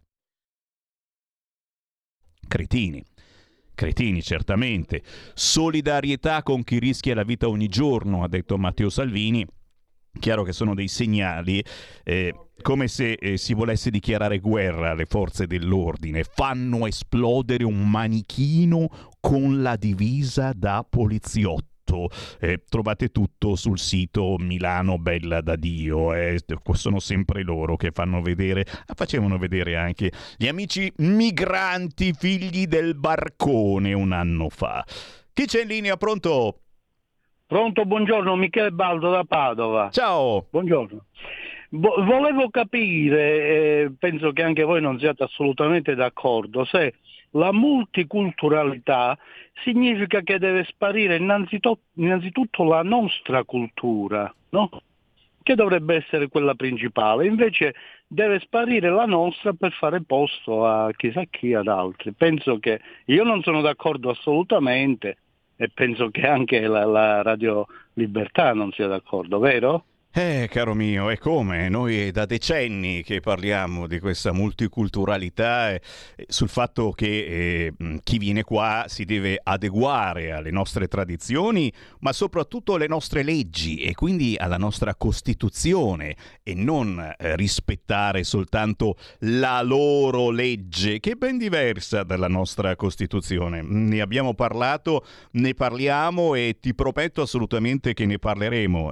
Cretini, certamente. Solidarietà con chi rischia la vita ogni giorno, ha detto Matteo Salvini. Chiaro che sono dei segnali, come se si volesse dichiarare guerra alle forze dell'ordine. Fanno esplodere un manichino con la divisa da poliziotto. tutto. Trovate tutto sul sito Milano Bella da Dio. Sono sempre loro che facevano vedere anche gli amici migranti figli del barcone un anno fa. Chi c'è in linea? Pronto? Pronto, buongiorno, Michele Baldo da Padova. Ciao. Buongiorno. Volevo capire, penso che anche voi non siate assolutamente d'accordo, se la multiculturalità significa che deve sparire innanzitutto la nostra cultura, no? Che dovrebbe essere quella principale, invece deve sparire la nostra per fare posto a chissà chi, ad altri. Penso che io non sono d'accordo assolutamente e penso che anche la Radio Libertà non sia d'accordo, vero? Caro mio, e come? Noi è da decenni che parliamo di questa multiculturalità e sul fatto che chi viene qua si deve adeguare alle nostre tradizioni, ma soprattutto alle nostre leggi e quindi alla nostra Costituzione e non rispettare soltanto la loro legge, che è ben diversa dalla nostra Costituzione. Ne abbiamo parlato, ne parliamo e ti prometto assolutamente che ne parleremo.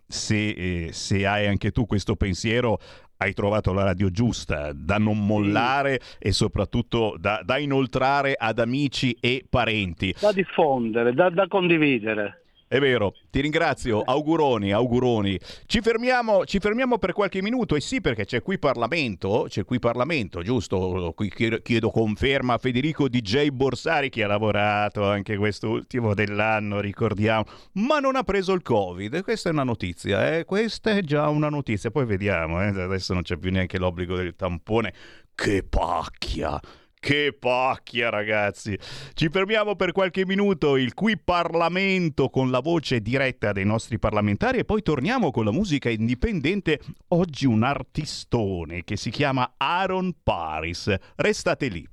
Se hai anche tu questo pensiero, hai trovato la radio giusta, da non mollare e soprattutto da inoltrare ad amici e parenti. Da diffondere, da condividere. È vero, ti ringrazio, auguroni. Ci fermiamo per qualche minuto, e sì, perché c'è qui Parlamento, giusto? Qui chiedo conferma a Federico DJ Borsari, che ha lavorato anche quest'ultimo dell'anno, ricordiamo, ma non ha preso il Covid. Questa è una notizia, questa è già una notizia, poi vediamo, adesso non c'è più neanche l'obbligo del tampone. Che pacchia, ragazzi. Ci fermiamo per qualche minuto, il Qui Parlamento con la voce diretta dei nostri parlamentari, e poi torniamo con la musica indipendente. Oggi un artistone che si chiama Aaron Paris. Restate lì.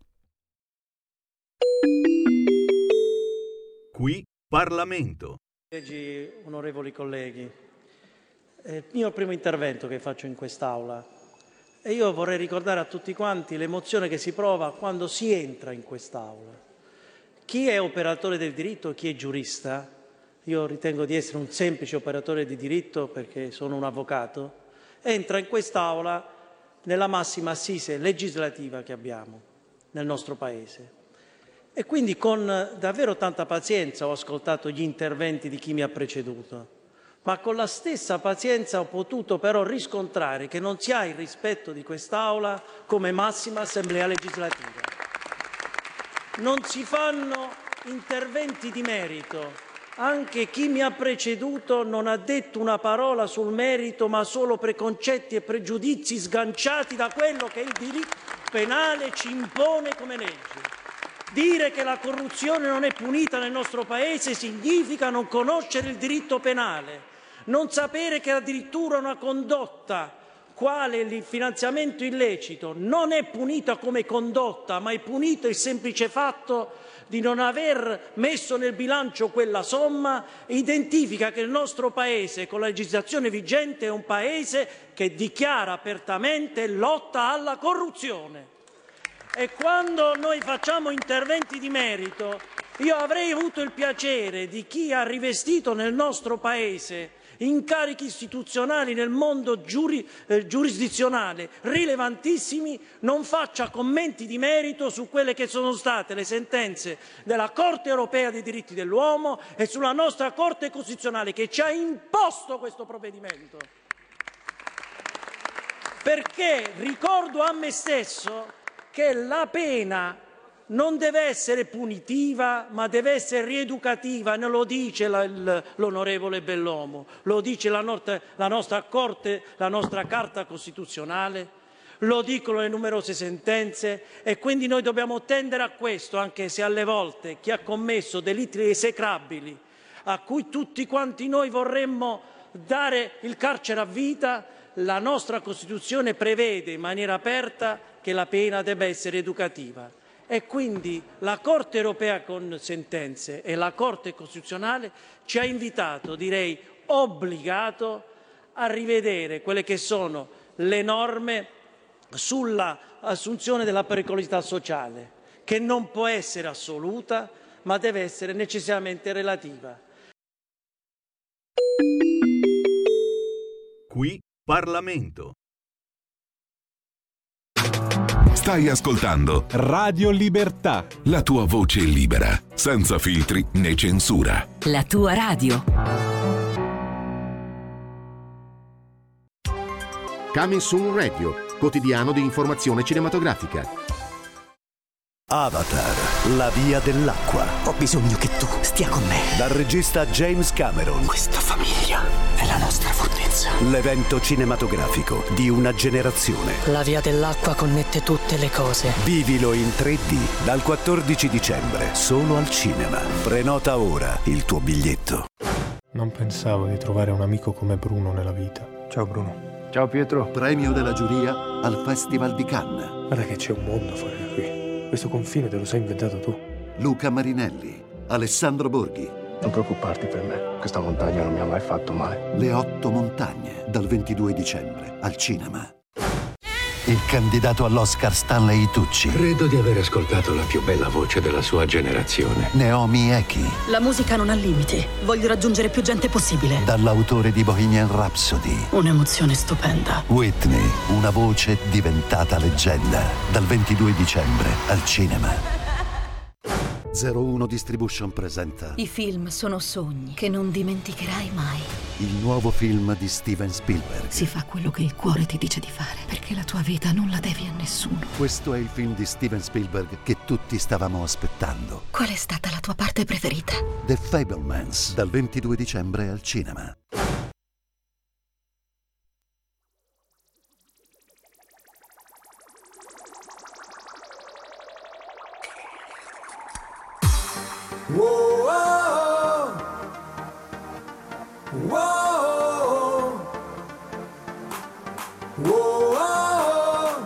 Qui Parlamento. Onorevoli colleghi, è il mio primo intervento che faccio in quest'Aula. E io vorrei ricordare a tutti quanti l'emozione che si prova quando si entra in quest'Aula. Chi è operatore del diritto, chi è giurista, io ritengo di essere un semplice operatore di diritto perché sono un avvocato, entra in quest'Aula nella massima assise legislativa che abbiamo nel nostro Paese. E quindi con davvero tanta pazienza ho ascoltato gli interventi di chi mi ha preceduto. Ma con la stessa pazienza ho potuto però riscontrare che non si ha il rispetto di quest'Aula come massima assemblea legislativa. Non si fanno interventi di merito. Anche chi mi ha preceduto non ha detto una parola sul merito, ma solo preconcetti e pregiudizi sganciati da quello che il diritto penale ci impone come legge. Dire che la corruzione non è punita nel nostro Paese significa non conoscere il diritto penale. Non sapere che addirittura una condotta quale il finanziamento illecito non è punita come condotta, ma è punito il semplice fatto di non aver messo nel bilancio quella somma, identifica che il nostro Paese, con la legislazione vigente, è un Paese che dichiara apertamente lotta alla corruzione. E quando noi facciamo interventi di merito, io avrei avuto il piacere di chi ha rivestito nel nostro Paese incarichi istituzionali nel mondo giurisdizionale rilevantissimi, non faccia commenti di merito su quelle che sono state le sentenze della Corte europea dei diritti dell'uomo e sulla nostra Corte Costituzionale che ci ha imposto questo provvedimento. Perché ricordo a me stesso che la pena non deve essere punitiva, ma deve essere rieducativa. Non lo dice l'onorevole Bellomo, lo dice la nostra Corte, la nostra Carta Costituzionale, lo dicono le numerose sentenze, e quindi noi dobbiamo tendere a questo, anche se alle volte chi ha commesso delitti esecrabili, a cui tutti quanti noi vorremmo dare il carcere a vita, la nostra Costituzione prevede in maniera aperta che la pena debba essere educativa. E quindi la Corte europea con sentenze e la Corte Costituzionale ci ha invitato, direi obbligato, a rivedere quelle che sono le norme sulla assunzione della pericolosità sociale, che non può essere assoluta, ma deve essere necessariamente relativa. Qui Parlamento. Stai ascoltando Radio Libertà. La tua voce libera, senza filtri né censura. La tua radio. Coming Soon Radio, quotidiano di informazione cinematografica. Avatar, la via dell'acqua. Ho bisogno che tu stia con me. Dal regista James Cameron. Questa famiglia è la nostra fortezza. L'evento cinematografico di una generazione. La via dell'acqua connette tutte le cose. Vivilo in 3D dal 14 dicembre, solo al cinema. Prenota ora il tuo biglietto. Non pensavo di trovare un amico come Bruno nella vita. Ciao Bruno. Ciao Pietro. Premio della giuria al Festival di Cannes. Guarda che c'è un mondo fuori da qui. Questo confine te lo sei inventato tu. Luca Marinelli, Alessandro Borghi. Non preoccuparti per me, questa montagna non mi ha mai fatto male. Le 8 montagne, dal 22 dicembre, al cinema. Il candidato all'Oscar Stanley Tucci. Credo di aver ascoltato la più bella voce della sua generazione. Naomi Eki. La musica non ha limiti. Voglio raggiungere più gente possibile. Dall'autore di Bohemian Rhapsody. Un'emozione stupenda. Whitney, una voce diventata leggenda. Dal 22 dicembre al cinema. 01 Distribution presenta I film sono sogni che non dimenticherai mai. il nuovo film di Steven Spielberg. Si fa quello che il cuore ti dice di fare, perché la tua vita non la devi a nessuno. Questo è il film di Steven Spielberg che tutti stavamo aspettando. Qual è stata la tua parte preferita? The Fabelmans, dal 22 dicembre al cinema. Whoa, whoa, whoa,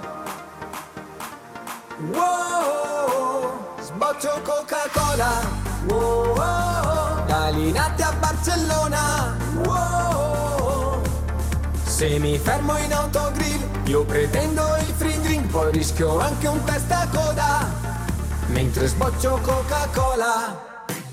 whoa, sboccio Coca-Cola, whoa, dai latte a Barcellona, whoa, se mi fermo in autogrill io pretendo il free drink, poi rischio anche un testacoda, mentre sboccio Coca-Cola.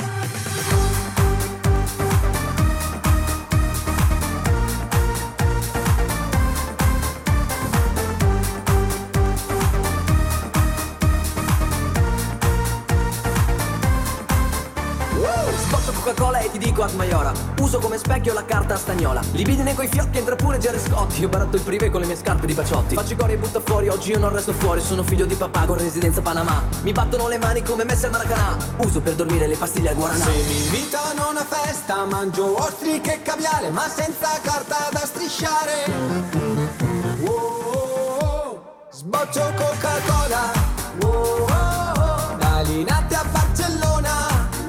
Coca-Cola e ti dico a Maiora, uso come specchio la carta stagnola. Libidine coi fiocchi, entra pure Gerry Scotti. Io baratto il privé con le mie scarpe di Paciotti. Faccio i cori e butta fuori, oggi io non resto fuori. Sono figlio di papà con residenza a Panama. Mi battono le mani come Messi al Maracanã. Uso per dormire le pastiglie al guaranà. Se mi invitano a una festa mangio ostriche e caviale, ma senza carta da strisciare. Sboccio Coca-Cola, dai latte a Barcellona.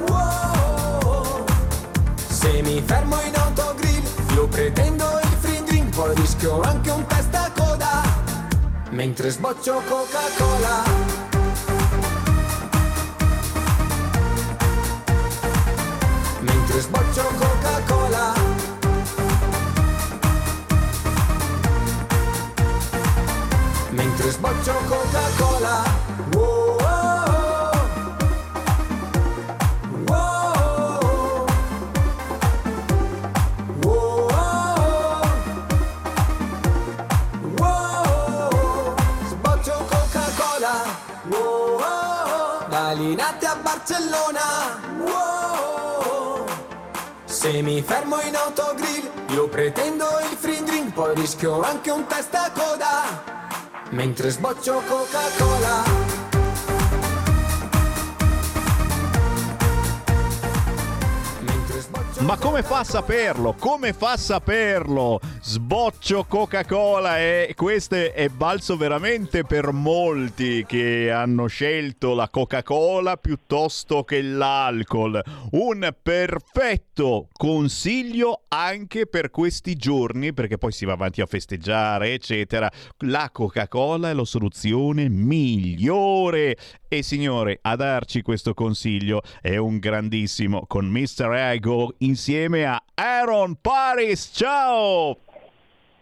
Se mi fermo in autogrill io pretendo il free drink, poi rischio anche un testacoda, mentre sboccio Coca-Cola. Mentre sboccio Coca-Cola. Mentre sboccio Coca-Cola. Latte a Barcellona, se mi fermo in autogrill io pretendo il free drink, poi rischio anche un testacoda, mentre sboccio Coca-Cola. Ma come fa a saperlo? Come fa a saperlo? Sboccio Coca-Cola, e questo è valso veramente per molti che hanno scelto la Coca-Cola piuttosto che l'alcol. Un perfetto consiglio anche per questi giorni, perché poi si va avanti a festeggiare, eccetera. La Coca-Cola è la soluzione migliore. E signore, a darci questo consiglio è un grandissimo con Mr. Ego insieme a Aaron Paris. Ciao!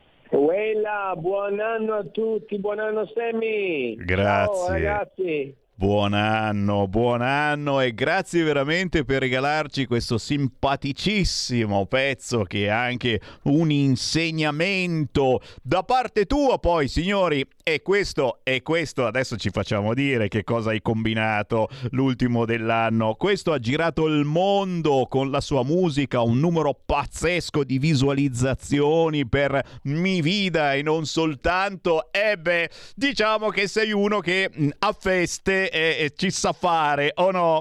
Quella, buon anno a tutti, buon anno Sammy. Grazie. Ciao ragazzi. Buon anno e grazie veramente per regalarci questo simpaticissimo pezzo che è anche un insegnamento da parte tua. Poi signori, e questo adesso ci facciamo dire che cosa hai combinato l'ultimo dell'anno. Questo ha girato il mondo con la sua musica, un numero pazzesco di visualizzazioni per Mi Vida e non soltanto. Diciamo che sei uno che a feste ci sa fare, o no?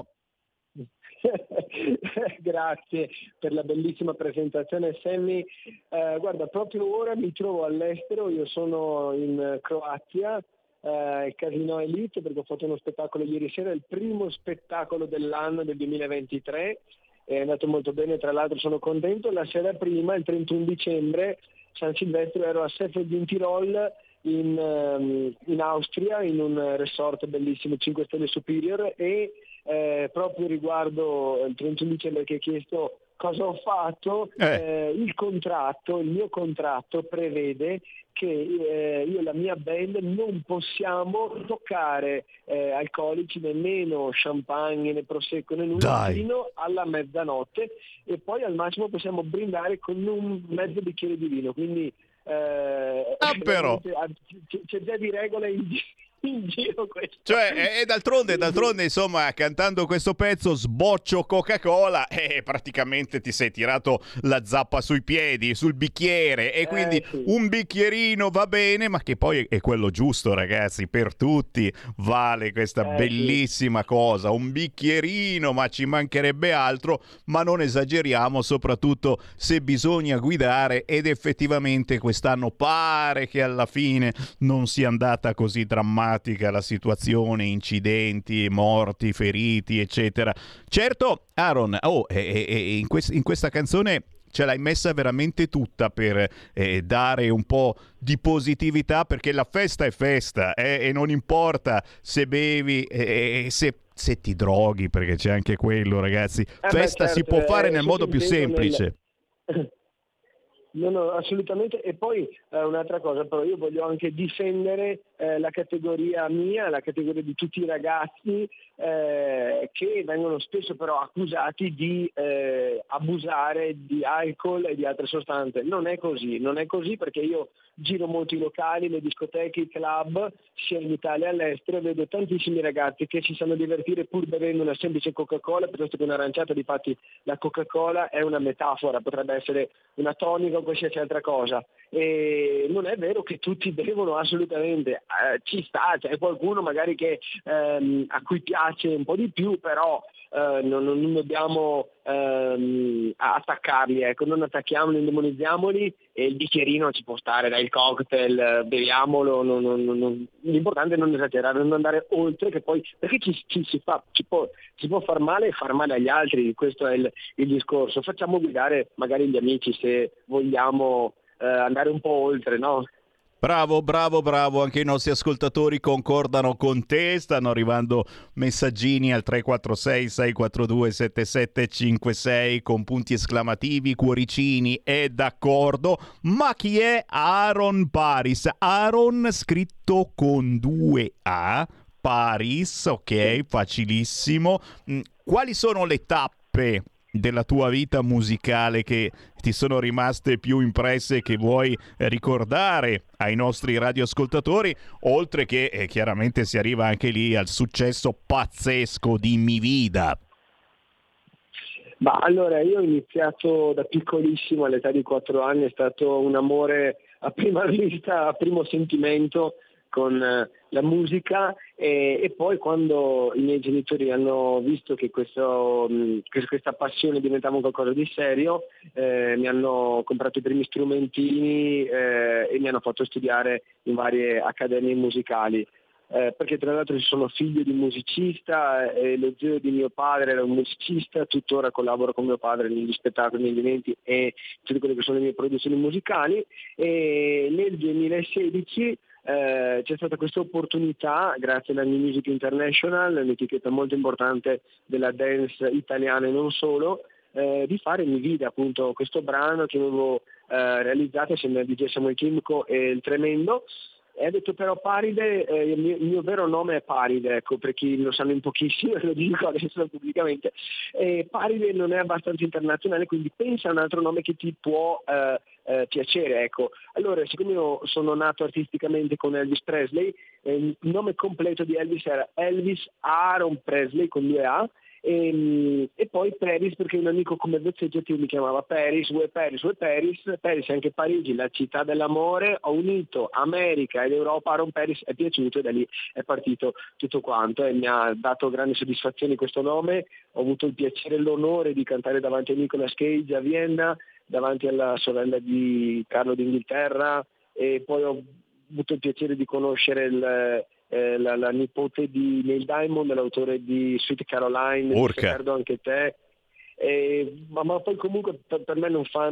Grazie per la bellissima presentazione, Sammy. Guarda, proprio ora mi trovo all'estero, io sono in Croazia, il Casino Elite, perché ho fatto uno spettacolo ieri sera, il primo spettacolo dell'anno del 2023, è andato molto bene, tra l'altro sono contento. La sera prima, il 31 dicembre, San Silvestro, ero a Sefeld in Tirol, in Austria, in un resort bellissimo 5 stelle Superior, e proprio riguardo il 31 dicembre che hai chiesto cosa ho fatto, il mio contratto prevede che io e la mia band non possiamo toccare alcolici, nemmeno champagne né prosecco né nulla, fino alla mezzanotte, e poi al massimo possiamo brindare con un mezzo bicchiere di vino, quindi però c'è già di regola in giro questo. Cioè, e d'altronde, insomma, cantando questo pezzo sboccio Coca-Cola e praticamente ti sei tirato la zappa sui piedi, sul bicchiere, e quindi sì. Un bicchierino va bene, ma che poi è quello giusto, ragazzi, per tutti vale questa bellissima cosa, un bicchierino, ma ci mancherebbe altro, ma non esageriamo, soprattutto se bisogna guidare, ed effettivamente quest'anno pare che alla fine non sia andata così drammatica la situazione, incidenti, morti, feriti, eccetera. Certo, Aaron, in questa canzone ce l'hai messa veramente tutta per dare un po' di positività, perché la festa è festa, e non importa se bevi, se ti droghi, perché c'è anche quello, ragazzi. Festa si può fare nel modo più semplice. No, assolutamente. E poi un'altra cosa, però io voglio anche difendere la categoria mia, la categoria di tutti i ragazzi che vengono spesso però accusati di abusare di alcol e di altre sostanze. Non è così perché io giro molti locali, le discoteche, i club, sia in Italia che all'estero, vedo tantissimi ragazzi che si sanno divertire pur bevendo una semplice Coca-Cola piuttosto che un'aranciata. Difatti la Coca-Cola è una metafora, potrebbe essere una tonica o qualsiasi altra cosa, e non è vero che tutti bevono, assolutamente, ci sta, c'è qualcuno magari che a cui piace un po' di più, però non dobbiamo attaccarli, ecco, non attacchiamoli, non demonizziamoli, e il bicchierino ci può stare, dai, il cocktail, beviamolo, l'importante è non esagerare, non andare oltre, che poi perché si può far male e far male agli altri, questo è il discorso. Facciamo guidare magari gli amici se vogliamo andare un po' oltre, no? Bravo, anche i nostri ascoltatori concordano con te, stanno arrivando messaggini al 346-642-7756 con punti esclamativi, cuoricini, è d'accordo. Ma chi è Aaron Paris? Aaron scritto con 2 A, Paris, ok, facilissimo. Quali sono le tappe della tua vita musicale che ti sono rimaste più impresse e che vuoi ricordare ai nostri radioascoltatori, oltre che chiaramente si arriva anche lì al successo pazzesco di Mi Vida? Ma allora, io ho iniziato da piccolissimo, all'età di 4 anni, è stato un amore a prima vista, a primo sentimento con la musica, e poi quando i miei genitori hanno visto che questa passione diventava qualcosa di serio, mi hanno comprato i primi strumentini e mi hanno fatto studiare in varie accademie musicali. Perché tra l'altro sono figlio di un musicista, e lo zio di mio padre era un musicista, tuttora collaboro con mio padre negli spettacoli, negli eventi e tutte quelle che sono le mie produzioni musicali, e nel 2016 c'è stata questa opportunità, grazie alla New Music International, un'etichetta molto importante della dance italiana e non solo, di fare Mi Vida, appunto questo brano che avevo realizzato insieme a DJ Samuel Kimco e il Tremendo. E ha detto però Paride, il mio vero nome è Paride, ecco, per chi lo sanno in pochissimo, lo dico adesso pubblicamente, Paride non è abbastanza internazionale, quindi pensa a un altro nome che ti può piacere, ecco. Allora, siccome io sono nato artisticamente con Elvis Presley, il nome completo di Elvis era Elvis Aaron Presley con 2 A, e poi Paris, perché un amico come vezzeggiativo mi chiamava Paris, Paris è anche Parigi, la città dell'amore. Ho unito America ed Europa, Aaron Paris è piaciuto e da lì è partito tutto quanto e mi ha dato grandi soddisfazioni questo nome. Ho avuto il piacere e l'onore di cantare davanti a Nicolas Cage a Vienna, davanti alla sorella di Carlo d'Inghilterra, e poi ho avuto il piacere di conoscere la nipote di Neil Diamond, l'autore di Sweet Caroline, Perdo anche te, ma poi comunque per me non fa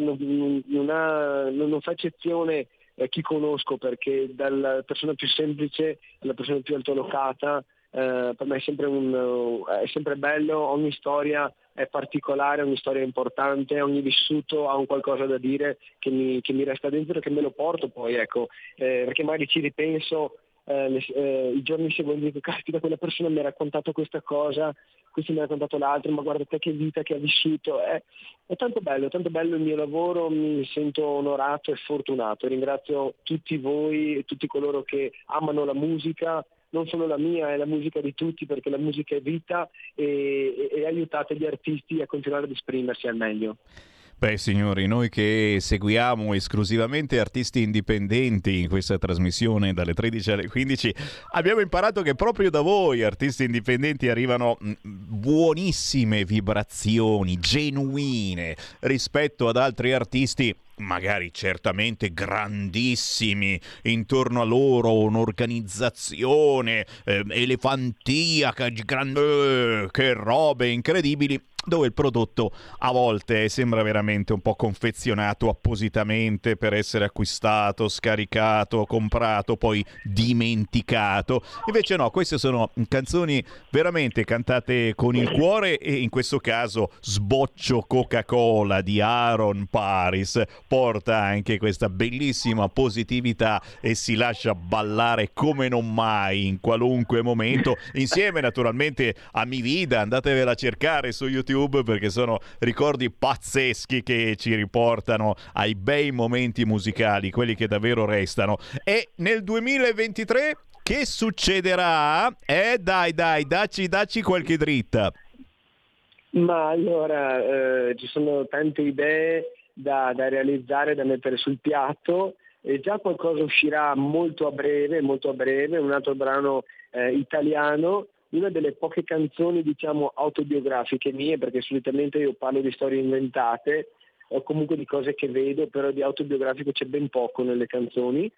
eccezione chi conosco, perché dalla persona più semplice alla persona più altolocata, per me è sempre bello. Ogni storia è particolare, ogni storia è importante, ogni vissuto ha un qualcosa da dire che mi resta dentro e che me lo porto poi, ecco, perché magari ci ripenso i giorni seguenti, che caspita, quella persona mi ha raccontato questa cosa, questo mi ha raccontato l'altro, ma guarda te che vita che ha vissuto. È tanto bello il mio lavoro, mi sento onorato e fortunato. Ringrazio tutti voi e tutti coloro che amano la musica, non solo la mia, è la musica di tutti, perché la musica è vita, e aiutate gli artisti a continuare ad esprimersi al meglio. Beh signori, noi che seguiamo esclusivamente artisti indipendenti in questa trasmissione dalle 13 alle 15 abbiamo imparato che proprio da voi artisti indipendenti arrivano buonissime vibrazioni genuine rispetto ad altri artisti magari certamente grandissimi, intorno a loro un'organizzazione elefantiaca, che robe incredibili, dove il prodotto a volte sembra veramente un po' confezionato appositamente per essere acquistato, scaricato, comprato, poi dimenticato. Invece no, queste sono canzoni veramente cantate con il cuore, e in questo caso Sboccio Coca-Cola di Aaron Paris porta anche questa bellissima positività e si lascia ballare come non mai in qualunque momento, insieme naturalmente a Mi Vida. Andatevela a cercare su YouTube, perché sono ricordi pazzeschi che ci riportano ai bei momenti musicali, quelli che davvero restano. E nel 2023 che succederà? Dai, dacci qualche dritta. Ma allora, ci sono tante idee da realizzare, da mettere sul piatto, e già qualcosa uscirà molto a breve, un altro brano italiano, una delle poche canzoni diciamo autobiografiche mie, perché solitamente io parlo di storie inventate o comunque di cose che vedo, però di autobiografico c'è ben poco nelle canzoni,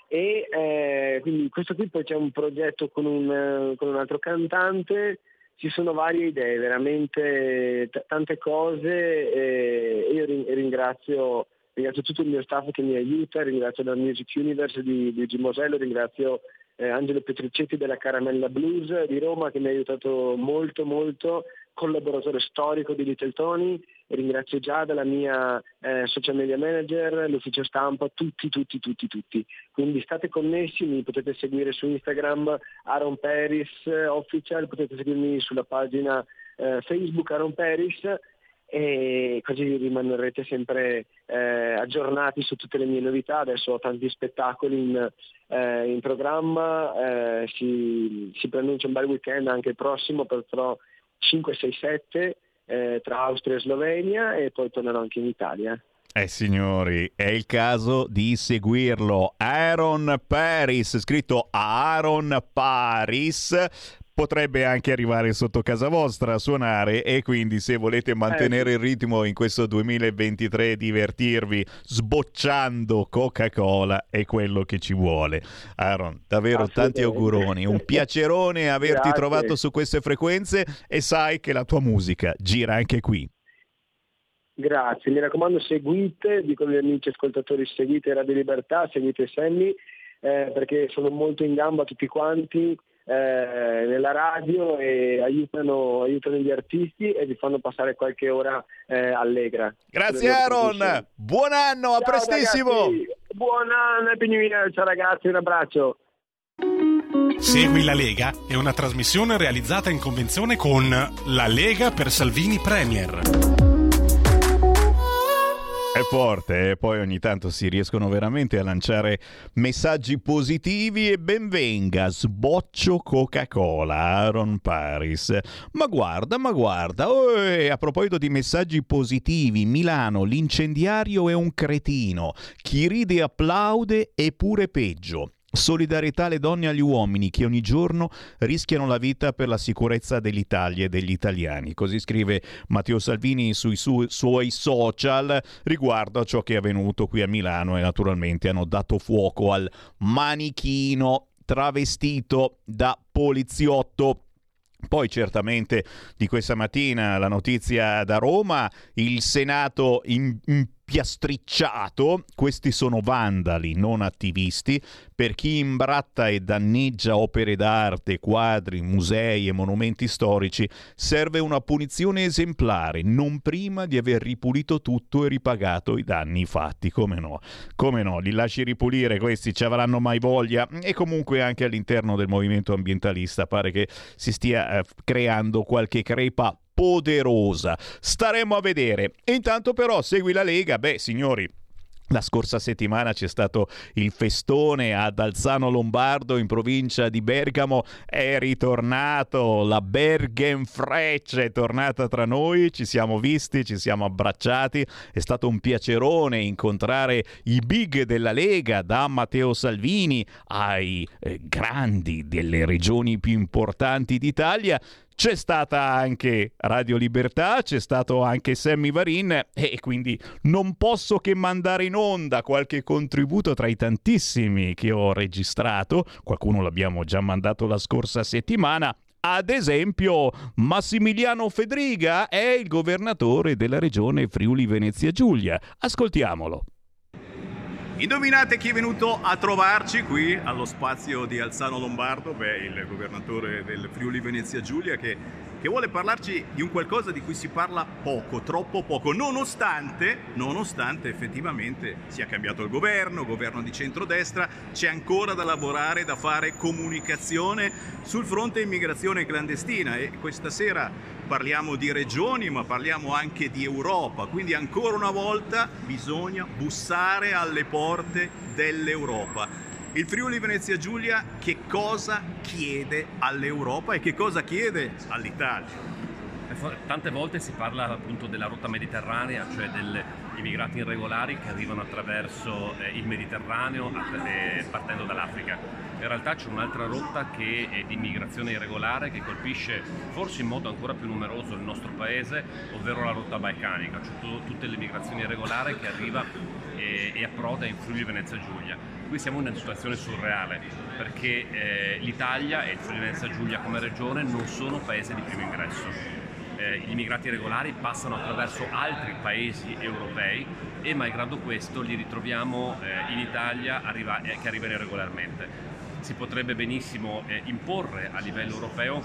e quindi questo qui. Poi c'è un progetto con un altro cantante, ci sono varie idee, veramente tante cose, e io ringrazio tutto il mio staff che mi aiuta, ringrazio la Music Universe di Luigi Mosello, ringrazio Angelo Petruccetti della Caramella Blues di Roma, che mi ha aiutato molto, collaboratore storico di Little Tony, e ringrazio Giada, la mia social media manager, l'ufficio stampa, tutti. Quindi state connessi, mi potete seguire su Instagram Aaron Paris Official, potete seguirmi sulla pagina Facebook Aaron Paris, e così rimarrete sempre aggiornati su tutte le mie novità. Adesso ho tanti spettacoli in programma, si preannuncia un bel weekend anche il prossimo, però 5, 6, 7 tra Austria e Slovenia, e poi tornerò anche in Italia. Signori, è il caso di seguirlo. Aaron Paris, scritto Aaron Paris. Potrebbe anche arrivare sotto casa vostra a suonare, e quindi se volete mantenere il ritmo in questo 2023 e divertirvi sbocciando Coca-Cola, è quello che ci vuole. Aaron, davvero tanti auguroni, un piacerone averti trovato su queste frequenze, e sai che la tua musica gira anche qui. Grazie, mi raccomando, seguite, dico agli amici ascoltatori, seguite Radio Libertà, seguite Sammy, perché sono molto in gamba tutti quanti nella radio, e aiutano gli artisti e vi fanno passare qualche ora allegra. Grazie Aaron, buon anno, a prestissimo. Ragazzi, buon anno, Happy New Year, ciao ragazzi, un abbraccio. Segui la Lega è una trasmissione realizzata in convenzione con La Lega per Salvini Premier. È forte, e poi ogni tanto si riescono veramente a lanciare messaggi positivi e ben venga, sboccio Coca-Cola, Aaron Paris. Ma guarda, a proposito di messaggi positivi, Milano, l'incendiario è un cretino, chi ride applaude e pure peggio. Solidarietà alle donne e agli uomini che ogni giorno rischiano la vita per la sicurezza dell'Italia e degli italiani. Così scrive Matteo Salvini sui suoi social riguardo a ciò che è avvenuto qui a Milano, e naturalmente hanno dato fuoco al manichino travestito da poliziotto. Poi certamente di questa mattina la notizia da Roma, il Senato impiastricciato, questi sono vandali, non attivisti, per chi imbratta e danneggia opere d'arte, quadri, musei e monumenti storici serve una punizione esemplare, non prima di aver ripulito tutto e ripagato i danni fatti. Come no, li lasci ripulire, questi ci avranno mai voglia. E comunque anche all'interno del movimento ambientalista pare che si stia creando qualche crepa poderosa. Staremo a vedere. E intanto però segui la Lega. Beh, signori, la scorsa settimana c'è stato il festone ad Alzano Lombardo in provincia di Bergamo, è ritornato la Bergenfrecce, è tornata tra noi, ci siamo visti, ci siamo abbracciati, è stato un piacerone incontrare i big della Lega, da Matteo Salvini ai grandi delle regioni più importanti d'Italia. C'è stata anche Radio Libertà, c'è stato anche Sammy Varin, e quindi non posso che mandare in onda qualche contributo tra i tantissimi che ho registrato. Qualcuno l'abbiamo già mandato la scorsa settimana. Ad esempio, Massimiliano Fedriga è il governatore della regione Friuli Venezia Giulia. Ascoltiamolo. Indovinate chi è venuto a trovarci qui allo spazio di Alzano Lombardo? Beh, il governatore del Friuli Venezia Giulia che vuole parlarci di un qualcosa di cui si parla poco, troppo poco, nonostante effettivamente sia cambiato il governo di centrodestra, c'è ancora da lavorare, da fare comunicazione sul fronte immigrazione clandestina, e questa sera parliamo di regioni ma parliamo anche di Europa, quindi ancora una volta bisogna bussare alle porte dell'Europa. Il Friuli Venezia Giulia che cosa chiede all'Europa e che cosa chiede all'Italia? Tante volte si parla appunto della rotta mediterranea, cioè degli immigrati irregolari che arrivano attraverso il Mediterraneo partendo dall'Africa. In realtà c'è un'altra rotta che è di immigrazione irregolare che colpisce forse in modo ancora più numeroso il nostro paese, ovvero la rotta balcanica, cioè tutte le immigrazioni irregolari che arriva e approda in Friuli Venezia Giulia. Qui siamo in una situazione surreale perché l'Italia e il Friuli Venezia Giulia come regione non sono paesi di primo ingresso. Gli immigrati regolari passano attraverso altri paesi europei e malgrado questo li ritroviamo in Italia che arrivano irregolarmente. Si potrebbe benissimo imporre a livello europeo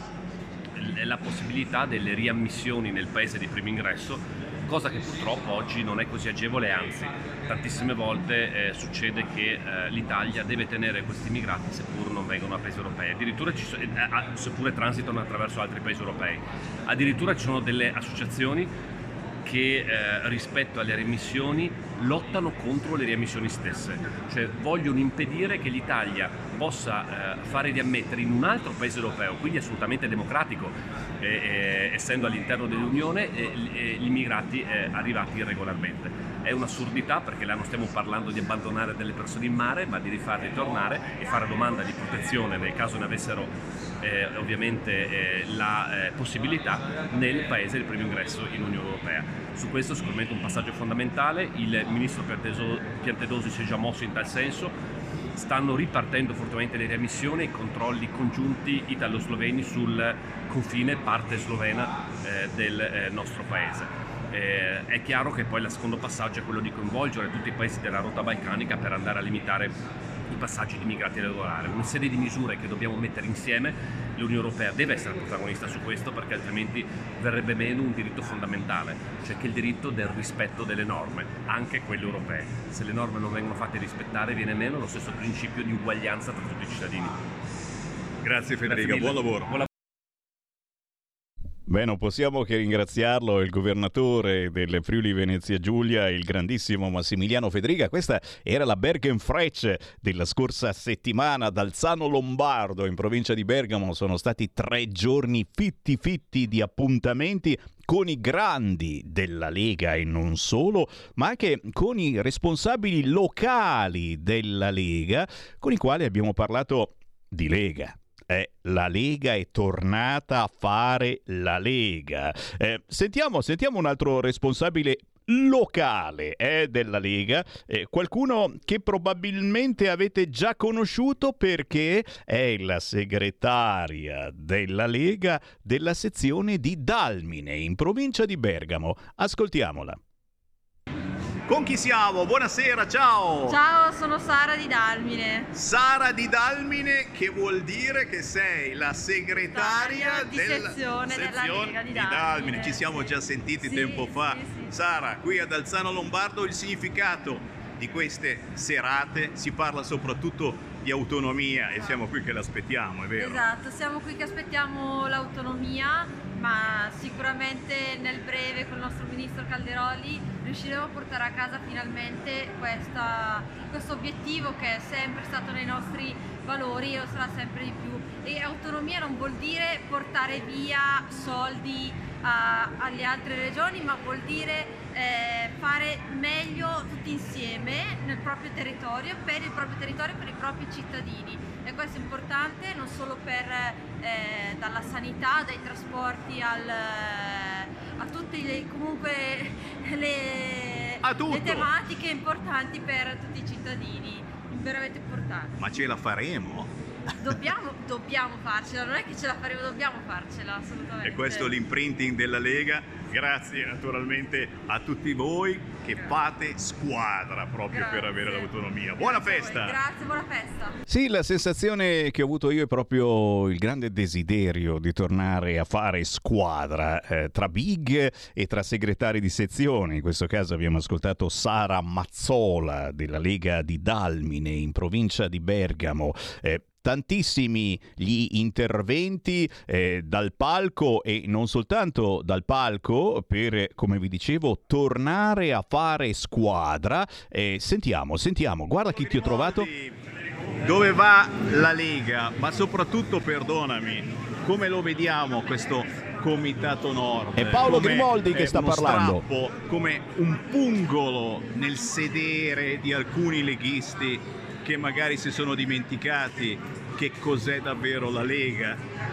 la possibilità delle riammissioni nel paese di primo ingresso, cosa che purtroppo oggi non è così agevole, anzi tantissime volte succede che l'Italia deve tenere questi immigrati seppur non vengono a paesi europei, addirittura seppure transitano attraverso altri paesi europei. Addirittura ci sono delle associazioni che rispetto alle riammissioni lottano contro le riammissioni stesse, cioè vogliono impedire che l'Italia possa fare riammettere in un altro paese europeo, quindi assolutamente democratico, essendo all'interno dell'Unione, gli immigrati arrivati irregolarmente. È un'assurdità perché là non stiamo parlando di abbandonare delle persone in mare, ma di rifarle tornare e fare domanda di protezione nel caso ne avessero ovviamente la possibilità nel paese di primo ingresso in Unione Europea. Su questo sicuramente un passaggio fondamentale, il ministro Piantedosi si è già mosso in tal senso, stanno ripartendo fortemente le riammissioni e i controlli congiunti italo-sloveni sul confine parte slovena del nostro paese. È chiaro che poi il secondo passaggio è quello di coinvolgere tutti i paesi della rotta balcanica per andare a limitare i passaggi di immigrati regolari, una serie di misure che dobbiamo mettere insieme. L'Unione Europea deve essere protagonista su questo perché altrimenti verrebbe meno un diritto fondamentale, cioè che è il diritto del rispetto delle norme, anche quelle europee. Se le norme non vengono fatte rispettare viene meno lo stesso principio di uguaglianza tra tutti i cittadini. Grazie Federica, buon lavoro. Beh, non possiamo che ringraziarlo, il governatore del Friuli Venezia Giulia, il grandissimo Massimiliano Federica. Questa era la Bergenfrecce della scorsa settimana ad Alzano Lombardo, in provincia di Bergamo. Sono stati 3 giorni fitti di appuntamenti con i grandi della Lega e non solo, ma anche con i responsabili locali della Lega, con i quali abbiamo parlato di Lega. La Lega è tornata a fare la Lega. Sentiamo un altro responsabile locale della Lega, qualcuno che probabilmente avete già conosciuto perché è la segretaria della Lega della sezione di Dalmine, in provincia di Bergamo. Ascoltiamola. Con chi siamo? Buonasera, ciao! Ciao, sono Sara di Dalmine. Sara di Dalmine, che vuol dire che sei la segretaria della sezione della Lega di Dalmine. Ci siamo già sentiti tempo fa. Sì. Sara, qui ad Alzano Lombardo il significato di queste serate, si parla soprattutto di autonomia e siamo qui che l'aspettiamo, è vero? Esatto, siamo qui che aspettiamo l'autonomia, ma sicuramente nel breve con il nostro ministro Calderoli riusciremo a portare a casa finalmente questo obiettivo che è sempre stato nei nostri valori e lo sarà sempre di più. E autonomia non vuol dire portare via soldi alle altre regioni, ma vuol dire fare meglio tutti insieme nel proprio territorio, per il proprio territorio, per i propri cittadini. E questo è importante non solo dalla sanità, dai trasporti a tutte le tematiche importanti per tutti i cittadini, veramente importanti. Ma ce la faremo? Dobbiamo farcela, non è che ce la faremo, dobbiamo farcela assolutamente. E questo è l'imprinting della Lega. Grazie naturalmente a tutti voi che fate squadra proprio per avere l'autonomia. Buona festa! Grazie, buona festa! Sì, la sensazione che ho avuto io è proprio il grande desiderio di tornare a fare squadra tra big e tra segretari di sezione. In questo caso abbiamo ascoltato Sara Mazzola della Lega di Dalmine in provincia di Bergamo. Tantissimi gli interventi dal palco e non soltanto dal palco per, come vi dicevo, tornare a fare squadra. Sentiamo, guarda chi ti ho trovato. Dove va la Lega? Ma soprattutto, perdonami, come lo vediamo questo Comitato Nord? È Paolo Grimoldi che sta parlando. Strappo, come un pungolo nel sedere di alcuni leghisti che magari si sono dimenticati che cos'è davvero la Lega.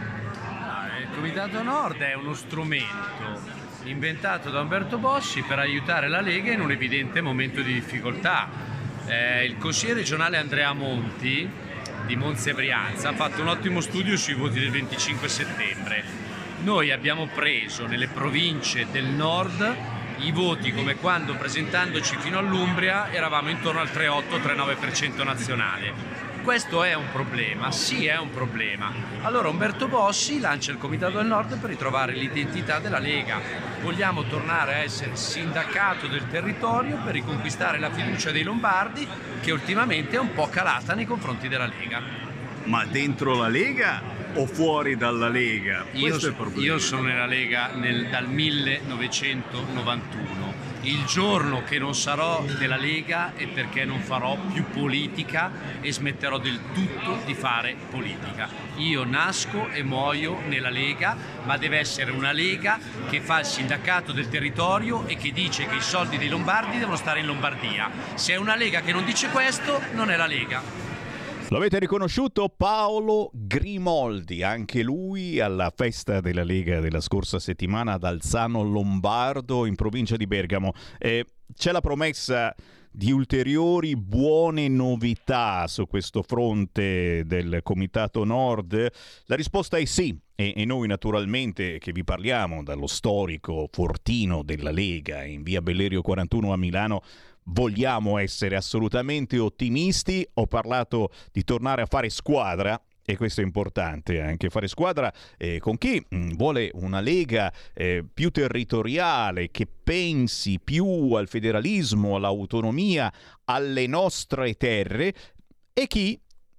Il Comitato Nord è uno strumento inventato da Umberto Bossi per aiutare la Lega in un evidente momento di difficoltà. Il consigliere regionale Andrea Monti di Monza e Brianza ha fatto un ottimo studio sui voti del 25 settembre. Noi abbiamo preso nelle province del nord i voti come quando, presentandoci fino all'Umbria, eravamo intorno al 3,8-3,9% nazionale. Questo è un problema? Sì, è un problema. Allora Umberto Bossi lancia il Comitato del Nord per ritrovare l'identità della Lega. Vogliamo tornare a essere sindacato del territorio per riconquistare la fiducia dei lombardi, che ultimamente è un po' calata nei confronti della Lega. Ma dentro la Lega o fuori dalla Lega? Questo è il problema. Io sono nella Lega dal 1991. Il giorno che non sarò della Lega è perché non farò più politica e smetterò del tutto di fare politica. Io nasco e muoio nella Lega, ma deve essere una Lega che fa il sindacato del territorio e che dice che i soldi dei lombardi devono stare in Lombardia. Se è una Lega che non dice questo, non è la Lega. Lo avete riconosciuto? Paolo Grimoldi, anche lui alla festa della Lega della scorsa settimana ad Alzano Lombardo in provincia di Bergamo. C'è la promessa di ulteriori buone novità su questo fronte del Comitato Nord? La risposta è sì. E noi naturalmente che vi parliamo dallo storico fortino della Lega in via Bellerio 41 a Milano vogliamo essere assolutamente ottimisti. Ho parlato di tornare a fare squadra e questo è importante, anche fare squadra con chi vuole una Lega più territoriale, che pensi più al federalismo, all'autonomia, alle nostre terre, e chi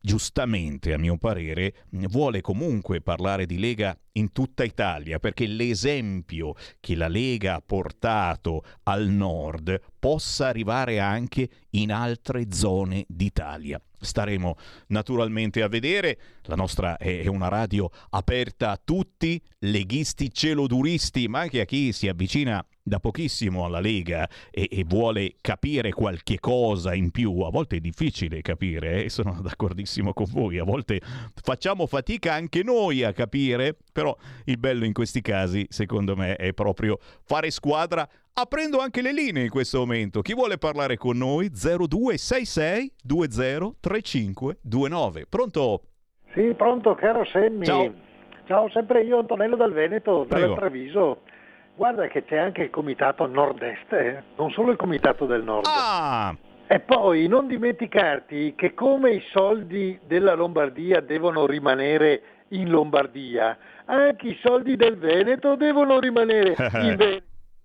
giustamente a mio parere vuole comunque parlare di Lega in tutta Italia, perché l'esempio che la Lega ha portato al nord possa arrivare anche in altre zone d'Italia. Staremo naturalmente a vedere. La nostra è una radio aperta a tutti, leghisti, celoduristi, ma anche a chi si avvicina da pochissimo alla Lega e vuole capire qualche cosa in più. A volte è difficile capire, sono d'accordissimo con voi, a volte facciamo fatica anche noi a capire, però il bello in questi casi secondo me è proprio fare squadra, aprendo anche le linee in questo momento. Chi vuole parlare con noi? 0266 203529. Pronto? Sì, pronto, caro Sammy. Ciao, sempre io, Antonello dal Veneto, dal Treviso. Guarda che c'è anche il comitato nord-est, non solo il comitato del nord. E poi non dimenticarti che come i soldi della Lombardia devono rimanere in Lombardia, anche i soldi del Veneto devono rimanere in Veneto.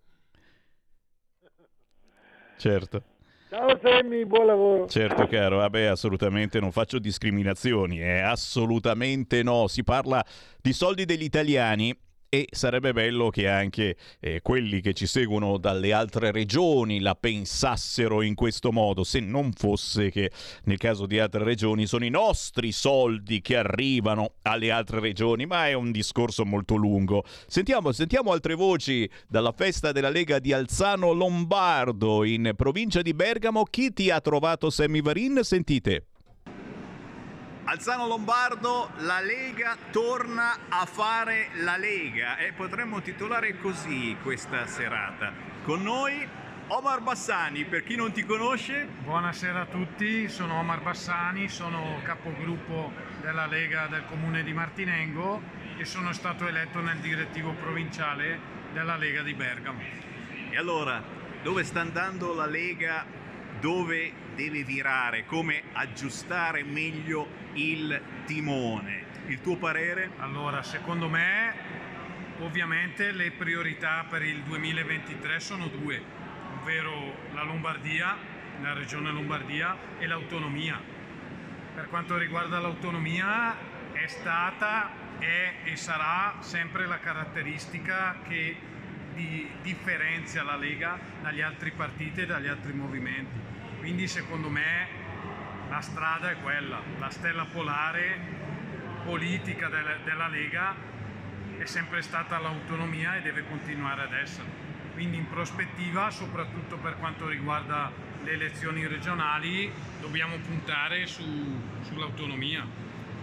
Certo. Ciao Sammy, buon lavoro. Certo caro, vabbè, assolutamente non faccio discriminazioni, assolutamente no, si parla di soldi degli italiani. E sarebbe bello che anche quelli che ci seguono dalle altre regioni la pensassero in questo modo, se non fosse che nel caso di altre regioni sono i nostri soldi che arrivano alle altre regioni, ma è un discorso molto lungo. Sentiamo altre voci dalla festa della Lega di Alzano Lombardo in provincia di Bergamo. Chi ti ha trovato, Sammy Varin? Sentite. Alzano Lombardo, la Lega torna a fare la Lega e potremmo titolare così questa serata. Con noi Omar Bassani, per chi non ti conosce. Buonasera a tutti, sono Omar Bassani, sono capogruppo della Lega del comune di Martinengo e sono stato eletto nel direttivo provinciale della Lega di Bergamo. E allora, dove sta andando la Lega? Dove deve virare? Come aggiustare meglio il timone? Il tuo parere? Allora, secondo me, ovviamente le priorità per il 2023 sono due, ovvero la Lombardia, la regione Lombardia e l'autonomia. Per quanto riguarda l'autonomia, è stata, è e sarà sempre la caratteristica che differenzia la Lega dagli altri partiti e dagli altri movimenti. Quindi secondo me la strada è quella, la stella polare politica della Lega è sempre stata l'autonomia e deve continuare ad essere. Quindi in prospettiva, soprattutto per quanto riguarda le elezioni regionali, dobbiamo puntare sull'autonomia.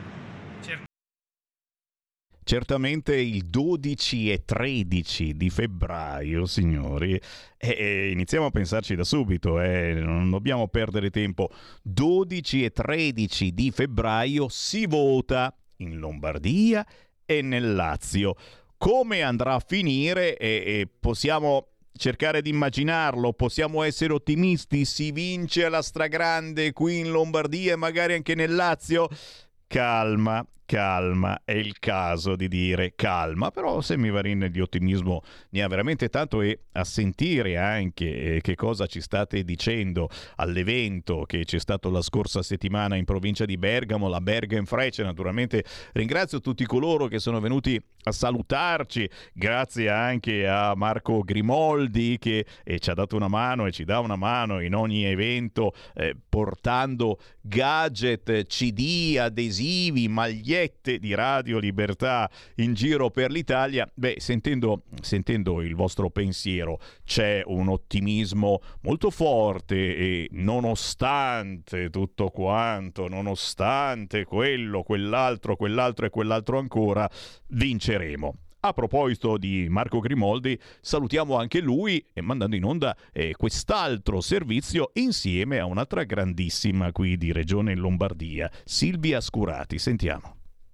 Certamente il 12 e 13 di febbraio, signori, iniziamo a pensarci da subito, non dobbiamo perdere tempo. 12 e 13 di febbraio si vota in Lombardia e nel Lazio. Come andrà a finire? Possiamo cercare di immaginarlo, possiamo essere ottimisti, si vince alla stragrande qui in Lombardia e magari anche nel Lazio? Calma, è il caso di dire calma, però Sammy Varin di ottimismo ne ha veramente tanto e a sentire anche che cosa ci state dicendo all'evento che c'è stato la scorsa settimana in provincia di Bergamo, la Bergenfrecce. Naturalmente ringrazio tutti coloro che sono venuti a salutarci, grazie anche a Marco Grimoldi che ci ha dato una mano e ci dà una mano in ogni evento portando gadget, CD, adesivi, magliette di Radio Libertà in giro per l'Italia. Sentendo il vostro pensiero c'è un ottimismo molto forte e nonostante tutto quanto, nonostante quello, quell'altro e quell'altro ancora, vinceremo. A proposito di Marco Grimoldi, salutiamo anche lui e mandando in onda quest'altro servizio insieme a un'altra grandissima qui di Regione Lombardia, Silvia Scurati. Sentiamo.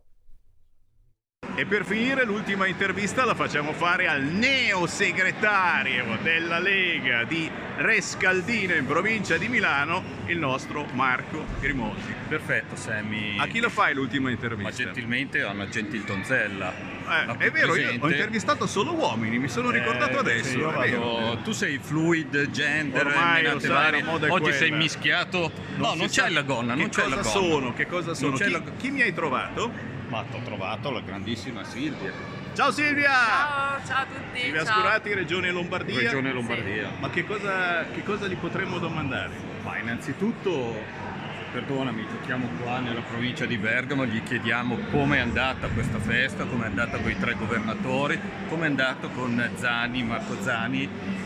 E per finire l'ultima intervista la facciamo fare al neosegretario della Lega di Rescaldino in provincia di Milano, il nostro Marco Grimoldi. Perfetto Sammy. A chi la fai l'ultima intervista? Ma gentilmente a una Gentiltonzella. È vero, io ho intervistato solo uomini, mi sono ricordato adesso. Tu sei fluid, gender, ormai varie. Oggi quella. sei mischiato. Non c'è la gonna, non c'è la gonna. Che cosa sono? Chi mi hai trovato? Ma ti ho trovato la grandissima Silvia. Ciao Silvia! Ciao a tutti! Silvia Scurati, Regione Lombardia. Regione Lombardia. Sì. Ma che cosa gli potremmo domandare? Ma innanzitutto, perdonami, giochiamo qua nella provincia di Bergamo, gli chiediamo come è andata questa festa, come è andata con i 3 governatori, come è andato con Zani, Marco Zani.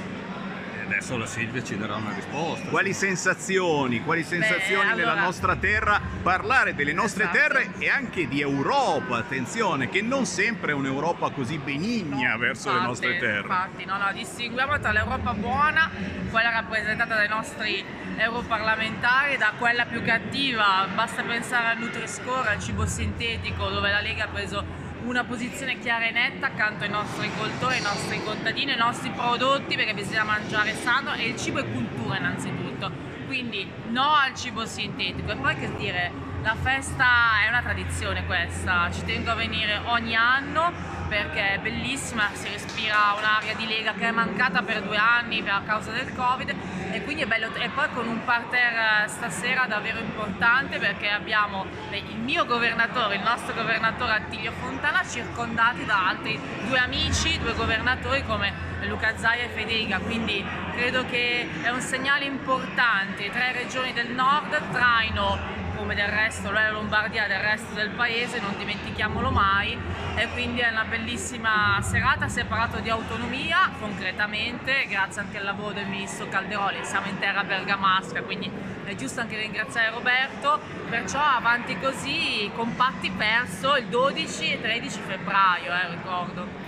E adesso la Silvia ci darà una risposta. Quali sensazioni nella nostra terra, parlare delle nostre terre e anche di Europa, attenzione, che non sempre è un'Europa così benigna verso le nostre terre. Infatti, distinguiamo tra l'Europa buona, quella rappresentata dai nostri europarlamentari, da quella più cattiva. Basta pensare al Nutri-Score, al cibo sintetico, dove la Lega ha preso una posizione chiara e netta accanto ai nostri agricoltori, ai nostri contadini, ai nostri prodotti, perché bisogna mangiare sano e il cibo è cultura innanzitutto, quindi no al cibo sintetico. E poi che dire, la festa è una tradizione questa, ci tengo a venire ogni anno perché è bellissima, si respira un'aria di Lega che è mancata per 2 anni a causa del Covid e quindi è bello. E poi con un parterre stasera davvero importante perché abbiamo il mio governatore, il nostro governatore Attilio Fontana, circondati da altri 2 amici, 2 governatori come Luca Zaia e Federica, quindi credo che è un segnale importante. 3 regioni del nord traino, come del resto la Lombardia, del resto del paese, non dimentichiamolo mai, e quindi è una bellissima serata. Si è parlato di autonomia concretamente, grazie anche al lavoro del ministro Calderoli, siamo in terra bergamasca, quindi è giusto anche ringraziare Roberto, perciò avanti così, compatti verso il 12 e 13 febbraio, ricordo.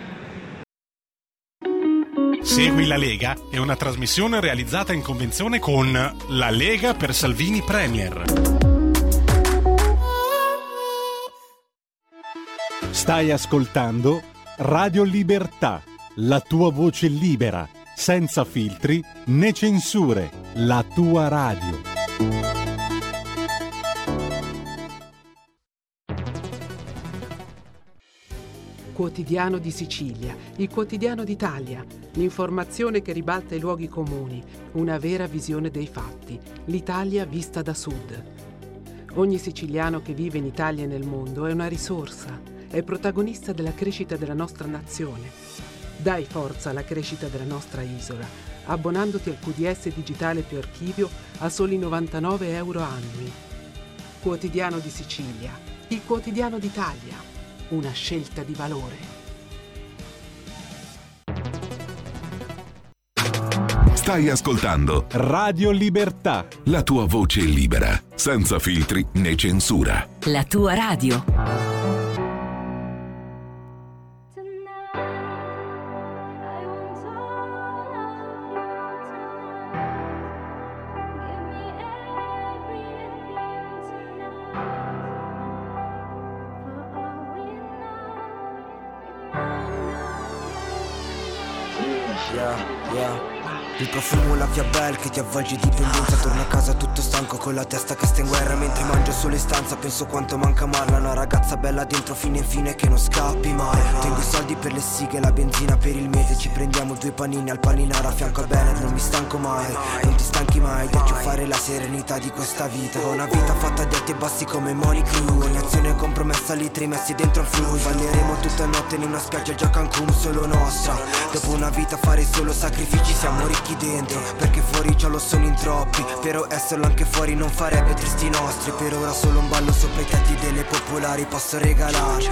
Segui la Lega è una trasmissione realizzata in convenzione con La Lega per Salvini Premier. Stai ascoltando Radio Libertà, la tua voce libera, senza filtri né censure, la tua radio. Quotidiano di Sicilia, il quotidiano d'Italia, l'informazione che ribalta i luoghi comuni, una vera visione dei fatti, l'Italia vista da sud. Ogni siciliano che vive in Italia e nel mondo è una risorsa, è protagonista della crescita della nostra nazione. Dai forza alla crescita della nostra isola, abbonandoti al QDS digitale più archivio a soli 99 euro annui. Quotidiano di Sicilia, il quotidiano d'Italia. Una scelta di valore. Stai ascoltando Radio Libertà, la tua voce libera, senza filtri né censura. La tua radio. Il profumo, la via belle che ti avvolge di pendenza. Torno a casa tutto stanco con la testa che sta in guerra. Mentre mangio solo in stanza penso quanto manca amarla. Una ragazza bella dentro fine in fine che non scappi mai. Tengo i soldi per le sighe, la benzina per il mese. Ci prendiamo 2 panini al paninaro a fianco a Bennett. Non mi stanco mai, non ti stanchi mai di acciuffare la serenità di questa vita. Ho una vita fatta di alti e bassi come Moni Crew. Ogni azione compromessa, litri messi dentro un flu. Balleremo tutta notte in una spiaggia già Cancun, solo nostra. Dopo una vita fare solo sacrifici, siamo ricchi dentro, perché fuori già lo sono in troppi. Però esserlo anche fuori non farebbe tristi nostri. Per ora solo un ballo sopra i tetti delle popolari posso regalarti.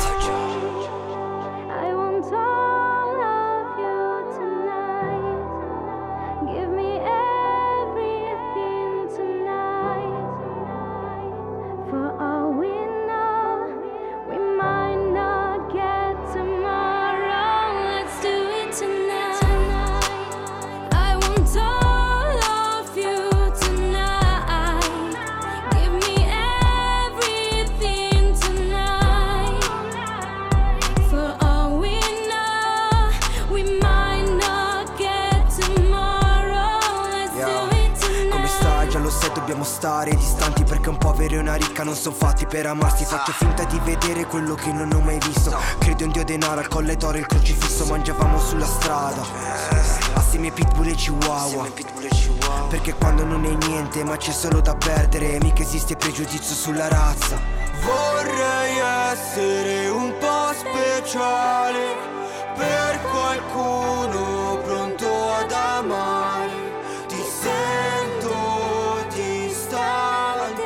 lo sai, dobbiamo stare distanti, perché un povero e una ricca non sono fatti per amarsi. Faccio finta di vedere quello che non ho mai visto. Credo in Dio, denaro, al colle d'oro e il crocifisso. Mangiavamo sulla strada assieme ai pitbull e chihuahua, perché quando non hai niente ma c'è solo da perdere, mica esiste pregiudizio sulla razza. Vorrei essere un po' speciale per qualcuno pronto ad amare. Ti sento distante,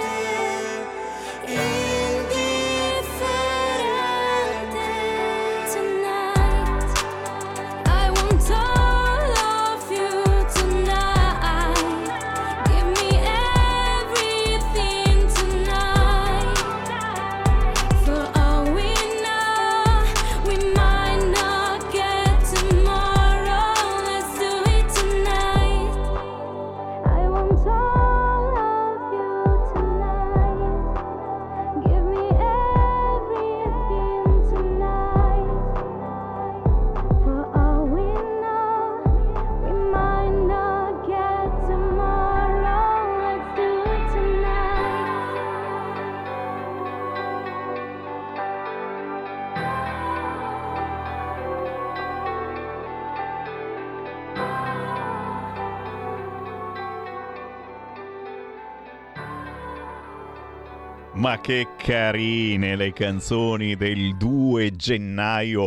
indifferente. Tonight, I want all of you tonight. Give me everything tonight. For all we know, we might not get tomorrow. Let's do it tonight. I want all of you tonight. Give me everything tonight. For all we know, we might not get tomorrow. Let's do it tonight. Ma che carine le canzoni del 2 gennaio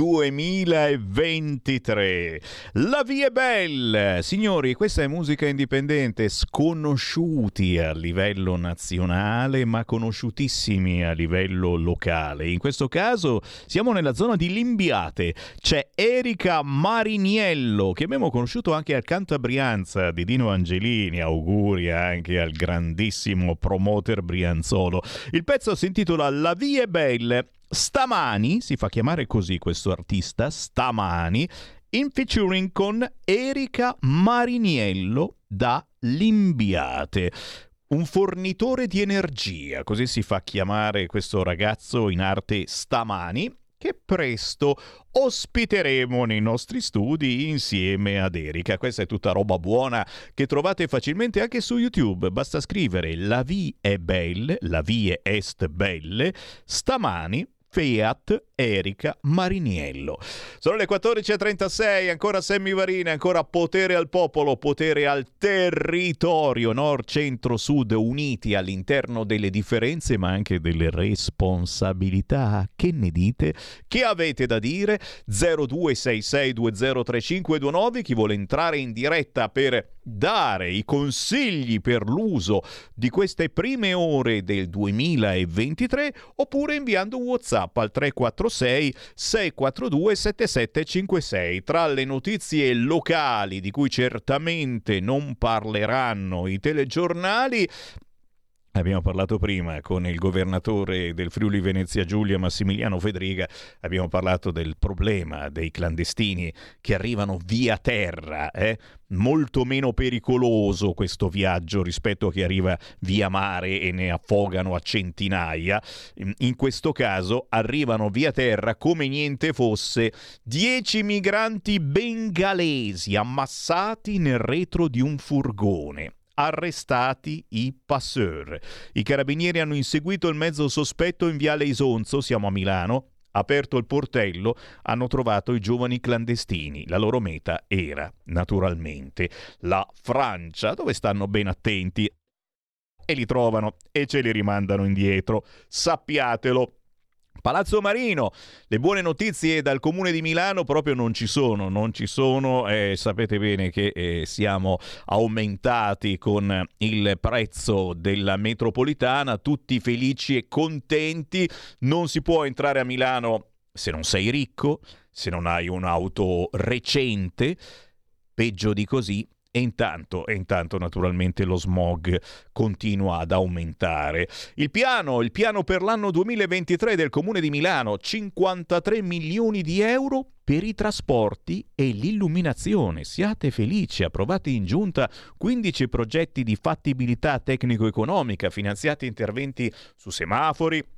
2023. La Vie Belle, signori, questa è musica indipendente, sconosciuti a livello nazionale ma conosciutissimi a livello locale. In questo caso siamo nella zona di Limbiate, c'è Erika Mariniello, che abbiamo conosciuto anche al Canta Brianza di Dino Angelini, auguri anche al grandissimo promoter brianzolo. Il pezzo si intitola La Vie Belle. Stamani, si fa chiamare così questo artista, Stamani, in featuring con Erika Mariniello da Limbiate. Un fornitore di energia, così si fa chiamare questo ragazzo in arte Stamani, che presto ospiteremo nei nostri studi insieme ad Erika. Questa è tutta roba buona che trovate facilmente anche su YouTube. Basta scrivere La Vie è Belle, La Vie est Belle, Stamani, Fiat, Erika Mariniello. Sono le 14.36, ancora Semmivarina, ancora potere al popolo, potere al territorio, nord, centro, sud, uniti all'interno delle differenze ma anche delle responsabilità. Che ne dite? Che avete da dire? 0266203529, chi vuole entrare in diretta per dare i consigli per l'uso di queste prime ore del 2023, oppure inviando un WhatsApp al 346 642 7756. Tra le notizie locali di cui certamente non parleranno i telegiornali, abbiamo parlato prima con il governatore del Friuli Venezia Giulia, Massimiliano Fedriga, abbiamo parlato del problema dei clandestini che arrivano via terra, molto meno pericoloso questo viaggio rispetto a chi arriva via mare e ne affogano a centinaia. In questo caso arrivano via terra come niente fosse 10 migranti bengalesi ammassati nel retro di un furgone. Arrestati i passeur. I carabinieri hanno inseguito il mezzo sospetto in viale Isonzo, siamo a Milano. Aperto il portello, hanno trovato i giovani clandestini. La loro meta era, naturalmente, la Francia, dove stanno ben attenti e li trovano e ce li rimandano indietro. Sappiatelo. Palazzo Marino, le buone notizie dal comune di Milano proprio non ci sono, sapete bene che siamo aumentati con il prezzo della metropolitana, tutti felici e contenti. Non si può entrare a Milano se non sei ricco, se non hai un'auto recente, peggio di così. E intanto naturalmente lo smog continua ad aumentare. Il piano per l'anno 2023 del Comune di Milano, 53 milioni di euro per i trasporti e l'illuminazione. Siate felici, approvati in giunta 15 progetti di fattibilità tecnico-economica, finanziati interventi su semafori,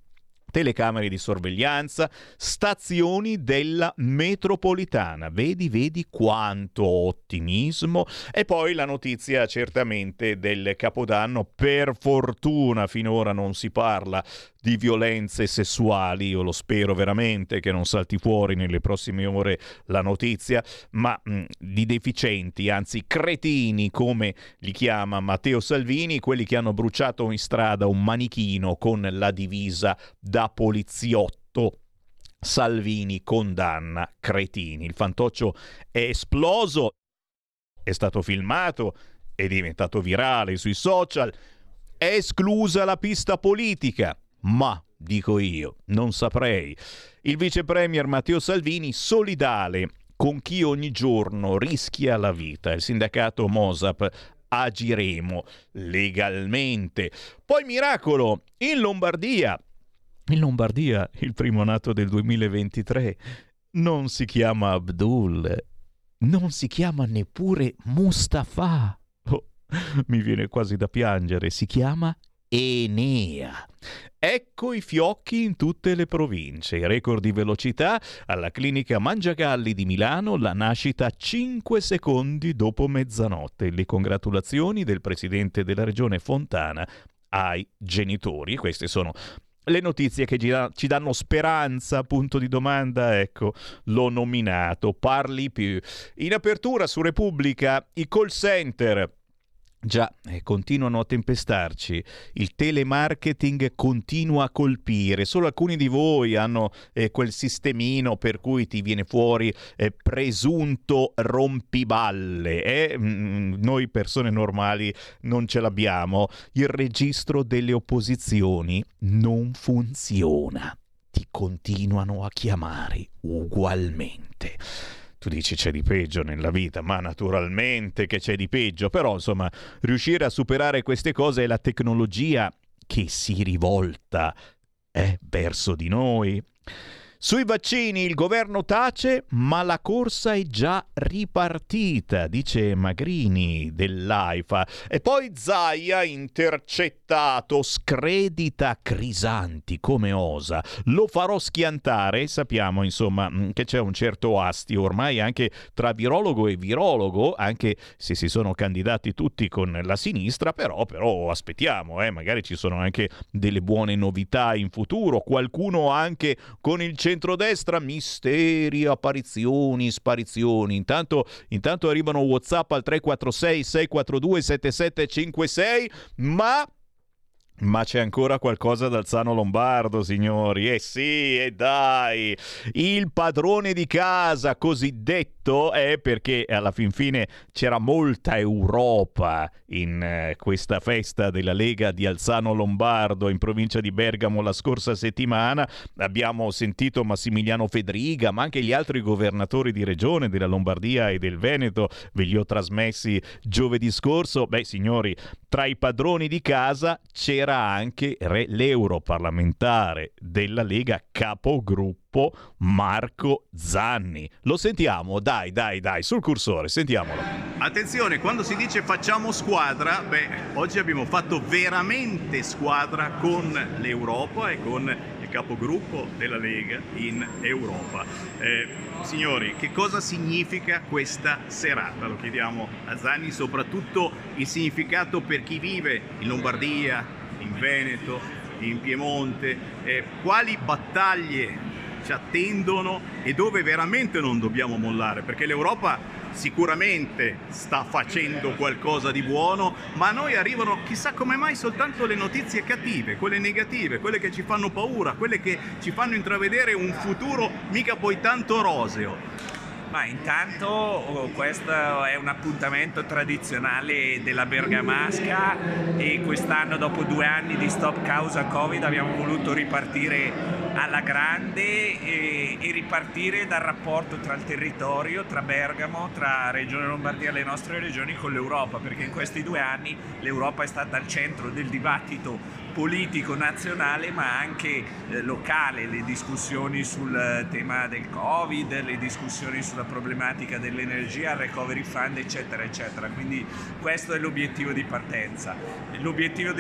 telecamere di sorveglianza, stazioni della metropolitana. Vedi quanto ottimismo. E poi la notizia certamente del Capodanno. Per fortuna finora non si parla di violenze sessuali, io lo spero veramente che non salti fuori nelle prossime ore la notizia, ma di deficienti, anzi cretini, come li chiama Matteo Salvini, quelli che hanno bruciato in strada un manichino con la divisa da poliziotto. Salvini condanna cretini. Il fantoccio è esploso, è stato filmato, è diventato virale sui social, è esclusa la pista politica. Ma, dico io, non saprei. Il vice premier Matteo Salvini solidale con chi ogni giorno rischia la vita. Il sindacato Mosap, agiremo legalmente. Poi miracolo, in Lombardia, il primo nato del 2023, non si chiama Abdul, non si chiama neppure Mustafa. Oh, mi viene quasi da piangere, si chiama Enea. Ecco i fiocchi in tutte le province. I record di velocità alla clinica Mangiagalli di Milano, la nascita 5 secondi dopo mezzanotte. Le congratulazioni del presidente della regione Fontana ai genitori. Queste sono le notizie che ci danno speranza, punto di domanda, ecco, l'ho nominato. Parli più. In apertura su Repubblica, i call center. Già, continuano a tempestarci, il telemarketing continua a colpire, solo alcuni di voi hanno quel sistemino per cui ti viene fuori presunto rompiballe, noi persone normali non ce l'abbiamo, il registro delle opposizioni non funziona, ti continuano a chiamare ugualmente. Tu dici c'è di peggio nella vita, ma naturalmente che c'è di peggio, però insomma riuscire a superare queste cose è la tecnologia che si rivolta verso di noi. Sui vaccini il governo tace, ma la corsa è già ripartita, dice Magrini dell'AIFA. E poi Zaia, intercettato, scredita Crisanti, come osa. Lo farò schiantare, sappiamo insomma che c'è un certo astio ormai anche tra virologo e virologo, anche se si sono candidati tutti con la sinistra, però aspettiamo, magari ci sono anche delle buone novità in futuro, qualcuno anche con il centrodestra, misteri, apparizioni, sparizioni. Intanto arrivano WhatsApp al 346 642 7756, ma c'è ancora qualcosa da Alzano Lombardo, signori. Sì, e dai, il padrone di casa cosiddetto è perché alla fin fine c'era molta Europa in questa festa della Lega di Alzano Lombardo in provincia di Bergamo la scorsa settimana. Abbiamo sentito Massimiliano Fedriga, ma anche gli altri governatori di regione della Lombardia e del Veneto, ve li ho trasmessi giovedì scorso. Beh, signori, tra i padroni di casa c'era anche l'europarlamentare della Lega, capogruppo Marco Zanni. Lo sentiamo? Dai, sul cursore, sentiamolo. Attenzione, quando si dice facciamo squadra, oggi abbiamo fatto veramente squadra con l'Europa e con il capogruppo della Lega in Europa. Signori, che cosa significa questa serata? Lo chiediamo a Zanni, soprattutto il significato per chi vive in Lombardia, in Veneto, in Piemonte, quali battaglie ci attendono e dove veramente non dobbiamo mollare, perché l'Europa sicuramente sta facendo qualcosa di buono, ma a noi arrivano chissà come mai soltanto le notizie cattive, quelle negative, quelle che ci fanno paura, quelle che ci fanno intravedere un futuro mica poi tanto roseo. Ma intanto questo è un appuntamento tradizionale della Bergamasca e quest'anno, dopo 2 anni di stop causa Covid, abbiamo voluto ripartire alla grande e ripartire dal rapporto tra il territorio, tra Bergamo, tra Regione Lombardia e le nostre regioni con l'Europa, perché in questi 2 anni l'Europa è stata al centro del dibattito politico nazionale ma anche locale, le discussioni sul tema del Covid, le discussioni sulla problematica dell'energia, il Recovery Fund, eccetera eccetera. Quindi questo è l'obiettivo di partenza. L'obiettivo di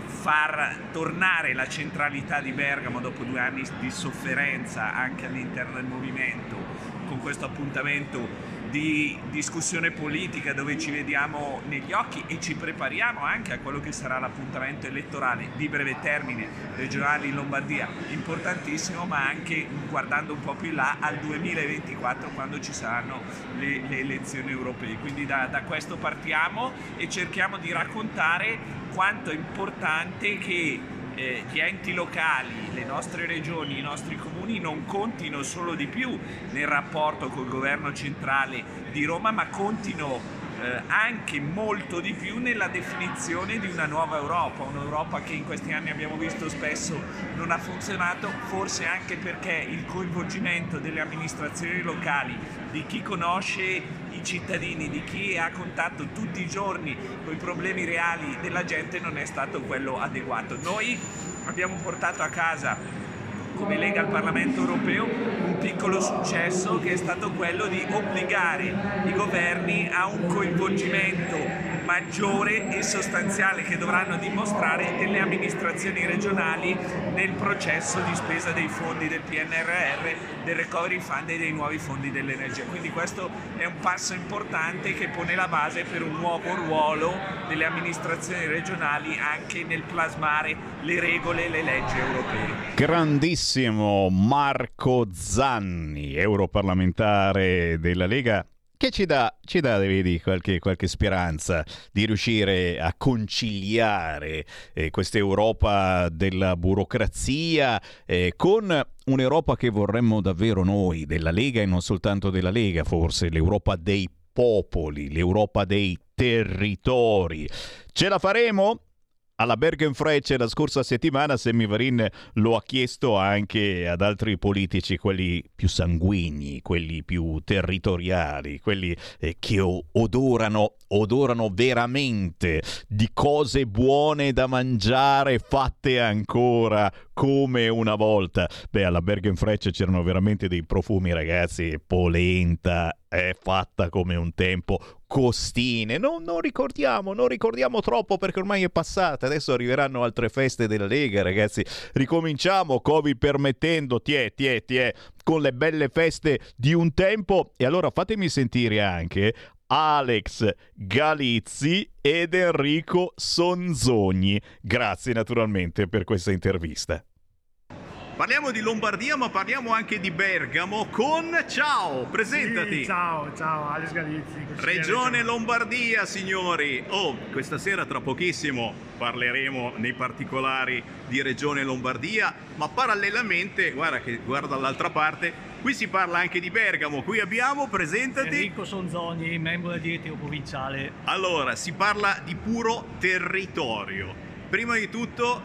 far tornare la centralità di Bergamo dopo 2 anni di sofferenza anche all'interno del movimento, con questo appuntamento di discussione politica dove ci vediamo negli occhi e ci prepariamo anche a quello che sarà l'appuntamento elettorale di breve termine, regionali in Lombardia, importantissimo, ma anche guardando un po' più in là al 2024 quando ci saranno le elezioni europee. Quindi da questo partiamo e cerchiamo di raccontare quanto è importante che gli enti locali, le nostre regioni, i nostri comuni non contino solo di più nel rapporto col governo centrale di Roma, ma contino anche molto di più nella definizione di una nuova Europa, un'Europa che in questi anni abbiamo visto spesso non ha funzionato, forse anche perché il coinvolgimento delle amministrazioni locali, di chi conosce i cittadini, di chi ha contatto tutti i giorni con i problemi reali della gente non è stato quello adeguato. Noi abbiamo portato a casa come Lega al Parlamento europeo un piccolo successo che è stato quello di obbligare i governi a un coinvolgimento maggiore e sostanziale che dovranno dimostrare delle amministrazioni regionali nel processo di spesa dei fondi del PNRR, del Recovery Fund e dei nuovi fondi dell'energia. Quindi questo è un passo importante che pone la base per un nuovo ruolo delle amministrazioni regionali anche nel plasmare le regole e le leggi europee. Grandissimo Marco Zanni, europarlamentare della Lega, che ci dà vedi, qualche speranza di riuscire a conciliare questa Europa della burocrazia con un'Europa che vorremmo davvero noi, della Lega e non soltanto della Lega, forse l'Europa dei popoli, l'Europa dei territori. Ce la faremo? Alla Bergenfrecce la scorsa settimana Sammy Varin lo ha chiesto anche ad altri politici, quelli più sanguigni, quelli più territoriali, quelli che odorano veramente di cose buone da mangiare fatte ancora come una volta. Alla Bergenfrecce c'erano veramente dei profumi, ragazzi, polenta, fatta come un tempo, costine, non ricordiamo troppo perché ormai è passata. Adesso arriveranno altre feste della Lega, ragazzi, ricominciamo, Covid permettendo, con le belle feste di un tempo. E allora fatemi sentire anche Alex Galizzi ed Enrico Sonzogni. Grazie naturalmente per questa intervista. Parliamo di Lombardia, ma parliamo anche di Bergamo con... Ciao, presentati! Sì, ciao, Alex Galizzi. Regione Lombardia, signori! Questa sera, tra pochissimo, parleremo nei particolari di Regione Lombardia, ma parallelamente, guarda dall'altra parte, qui si parla anche di Bergamo. Qui abbiamo, presentati... Enrico Sonzogni, membro del direttivo provinciale. Allora, si parla di puro territorio. Prima di tutto,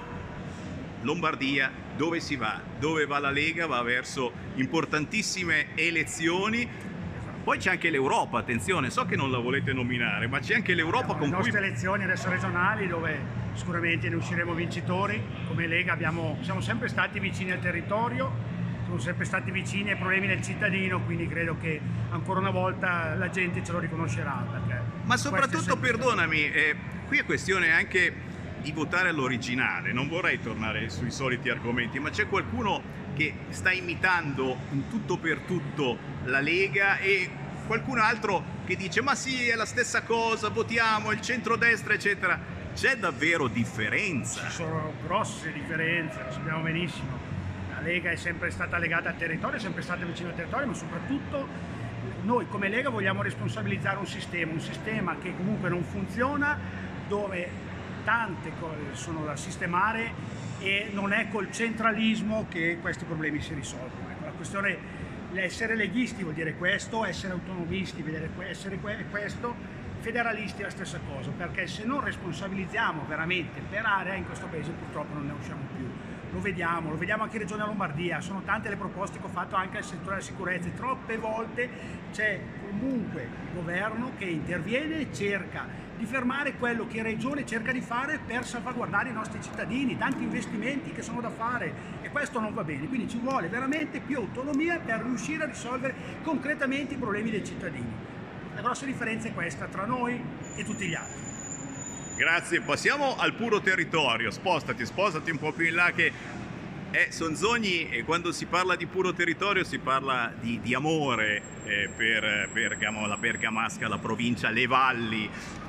Lombardia, dove si va? Dove va la Lega? Va verso importantissime elezioni. Poi c'è anche l'Europa, attenzione, so che non la volete nominare, ma c'è anche l'Europa con cui... Le nostre elezioni adesso regionali, dove sicuramente ne usciremo vincitori. Come Lega siamo sempre stati vicini al territorio, siamo sempre stati vicini ai problemi del cittadino, quindi credo che ancora una volta la gente ce lo riconoscerà. Ma soprattutto, perdonami, qui è questione anche di votare all'originale, non vorrei tornare sui soliti argomenti, ma c'è qualcuno che sta imitando in tutto per tutto la Lega e qualcun altro che dice ma sì, è la stessa cosa, votiamo il centrodestra eccetera. C'è davvero differenza? Ci sono grosse differenze, lo sappiamo benissimo. La Lega è sempre stata legata al territorio, è sempre stata vicino al territorio, ma soprattutto noi come Lega vogliamo responsabilizzare un sistema che comunque non funziona, dove tante cose sono da sistemare e non è col centralismo che questi problemi si risolvono. La questione è essere leghisti vuol dire questo, essere autonomisti vuol dire essere questo, federalisti è la stessa cosa, perché se non responsabilizziamo veramente per area in questo paese purtroppo non ne usciamo più. Lo vediamo anche in Regione Lombardia, sono tante le proposte che ho fatto anche al settore della sicurezza, troppe volte c'è comunque il governo che interviene e cerca di fermare quello che la Regione cerca di fare per salvaguardare i nostri cittadini, tanti investimenti che sono da fare e questo non va bene, quindi ci vuole veramente più autonomia per riuscire a risolvere concretamente i problemi dei cittadini. La grossa differenza è questa tra noi e tutti gli altri. Grazie, passiamo al puro territorio. Spostati un po' più in là che Sonzogni, e quando si parla di puro territorio si parla di amore per Bergamo, la Bergamasca, la provincia, le valli.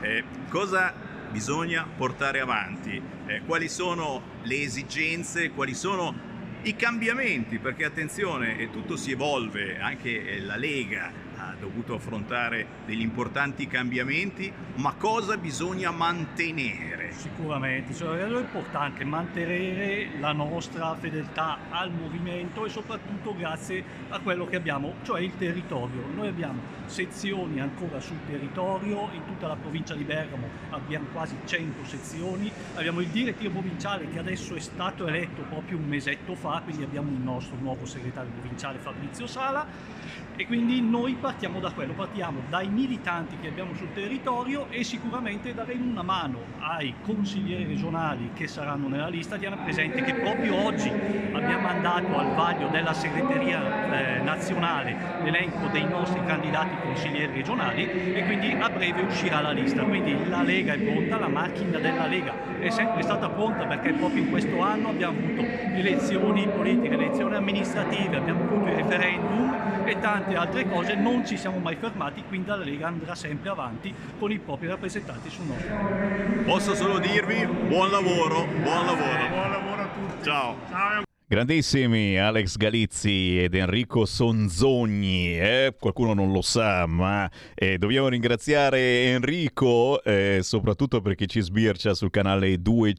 Cosa bisogna portare avanti? Quali sono le esigenze? Quali sono i cambiamenti? Perché attenzione, tutto si evolve, anche la Lega ha dovuto affrontare degli importanti cambiamenti, ma cosa bisogna mantenere? Sicuramente, è importante mantenere la nostra fedeltà al movimento e soprattutto grazie a quello che abbiamo, cioè il territorio. Noi abbiamo sezioni ancora sul territorio, in tutta la provincia di Bergamo abbiamo quasi 100 sezioni, abbiamo il direttivo provinciale che adesso è stato eletto proprio un mesetto fa, quindi abbiamo il nostro nuovo segretario provinciale Fabrizio Sala, e quindi noi partiamo da quello, partiamo dai militanti che abbiamo sul territorio e sicuramente daremo una mano ai consiglieri regionali che saranno nella lista. Tiene presente che proprio oggi abbiamo mandato al vaglio della segreteria nazionale l'elenco dei nostri candidati consiglieri regionali e quindi a breve uscirà la lista. Quindi la Lega è pronta, la macchina della Lega è sempre stata pronta, perché proprio in questo anno abbiamo avuto elezioni politiche, elezioni amministrative, abbiamo avuto il referendum e tante altre cose. Non ci siamo mai fermati, quindi la Lega andrà sempre avanti con i propri rappresentanti sul nostro territorio. Posso solo dirvi buon lavoro, buon lavoro. Buon lavoro a tutti. Ciao. Ciao. Grandissimi Alex Galizzi ed Enrico Sonzogni, qualcuno non lo sa, ma dobbiamo ringraziare Enrico soprattutto perché ci sbircia sul canale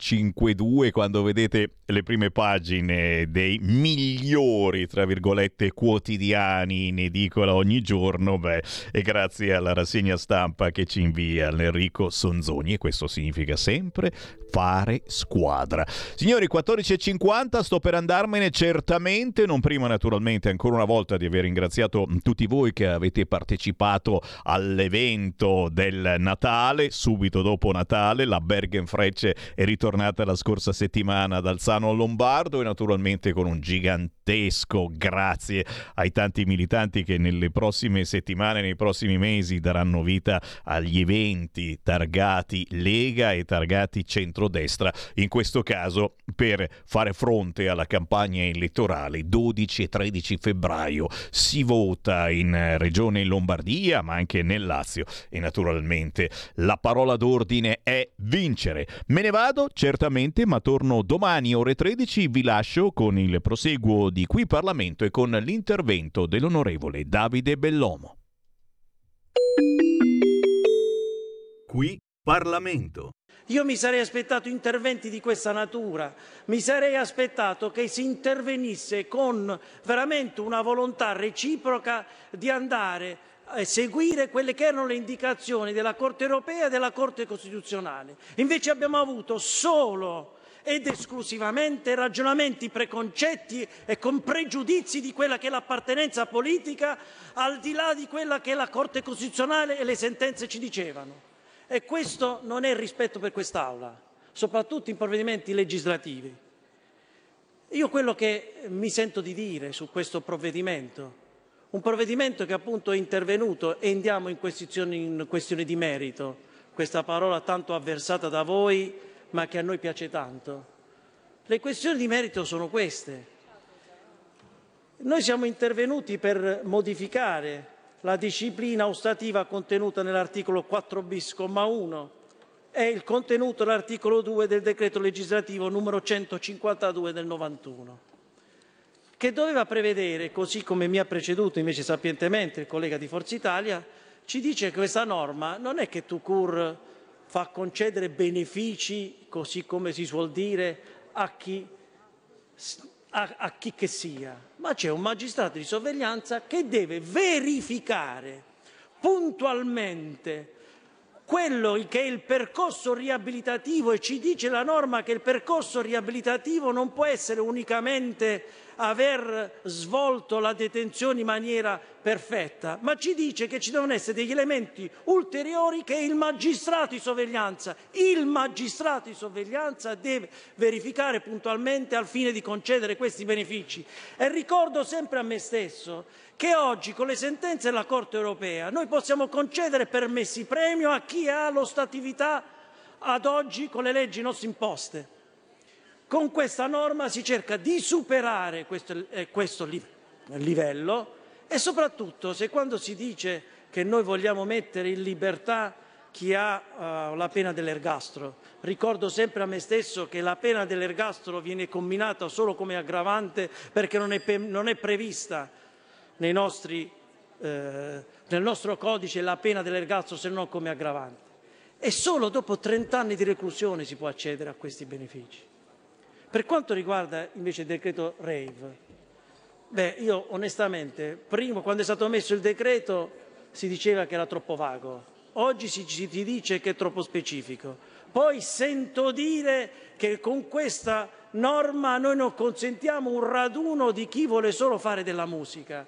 252 quando vedete le prime pagine dei migliori, tra virgolette, quotidiani in edicola ogni giorno, e grazie alla rassegna stampa che ci invia l'Enrico Sonzogni, e questo significa sempre fare squadra. Signori, 14:50, sto per andarmene certamente, non prima naturalmente ancora una volta di aver ringraziato tutti voi che avete partecipato all'evento del Natale, subito dopo Natale. La Bergenfrecce è ritornata la scorsa settimana ad Alzano Lombardo e naturalmente con un gigantesco grazie ai tanti militanti che nelle prossime settimane, nei prossimi mesi daranno vita agli eventi targati Lega e targati centrodestra, in questo caso per fare fronte alla campagna elettorale. 12 e 13 febbraio si vota in Regione Lombardia, ma anche nel Lazio, e naturalmente la parola d'ordine è vincere. Me ne vado certamente, ma torno domani ore 13. Vi lascio con il proseguo di Qui Parlamento e con l'intervento dell'onorevole Davide Bellomo. Qui Parlamento. Io mi sarei aspettato interventi di questa natura, mi sarei aspettato che si intervenisse con veramente una volontà reciproca di andare a seguire quelle che erano le indicazioni della Corte europea e della Corte Costituzionale. Invece abbiamo avuto solo ed esclusivamente ragionamenti preconcetti e con pregiudizi di quella che è l'appartenenza politica, al di là di quella che la Corte Costituzionale e le sentenze ci dicevano. E questo non è rispetto per quest'Aula, soprattutto in provvedimenti legislativi. Io quello che mi sento di dire su questo provvedimento, un provvedimento che appunto è intervenuto, e andiamo in questione di merito, questa parola tanto avversata da voi ma che a noi piace tanto. Le questioni di merito sono queste. Noi siamo intervenuti per modificare la disciplina ostativa contenuta nell'articolo 4 bis, comma 1, e il contenuto dell'articolo 2 del decreto legislativo numero 152 del 91, che doveva prevedere, così come mi ha preceduto invece sapientemente il collega di Forza Italia, ci dice che questa norma non è che tout court fa concedere benefici, così come si suol dire, a chi che sia, ma c'è un magistrato di sorveglianza che deve verificare puntualmente quello che è il percorso riabilitativo, e ci dice la norma che il percorso riabilitativo non può essere unicamente aver svolto la detenzione in maniera perfetta, ma ci dice che ci devono essere degli elementi ulteriori che il magistrato di sorveglianza deve verificare puntualmente al fine di concedere questi benefici. E ricordo sempre a me stesso che oggi con le sentenze della Corte europea noi possiamo concedere permessi premio a chi ha l'ostatività ad oggi con le leggi nostre imposte. Con questa norma si cerca di superare questo livello e soprattutto se quando si dice che noi vogliamo mettere in libertà chi ha la pena dell'ergastolo, ricordo sempre a me stesso che la pena dell'ergastolo viene comminata solo come aggravante perché non è prevista nel nostro codice la pena dell'ergastolo se non come aggravante. E solo dopo 30 anni di reclusione si può accedere a questi benefici. Per quanto riguarda invece il decreto Rave, io onestamente, prima quando è stato messo il decreto si diceva che era troppo vago, oggi si dice che è troppo specifico, poi sento dire che con questa norma noi non consentiamo un raduno di chi vuole solo fare della musica.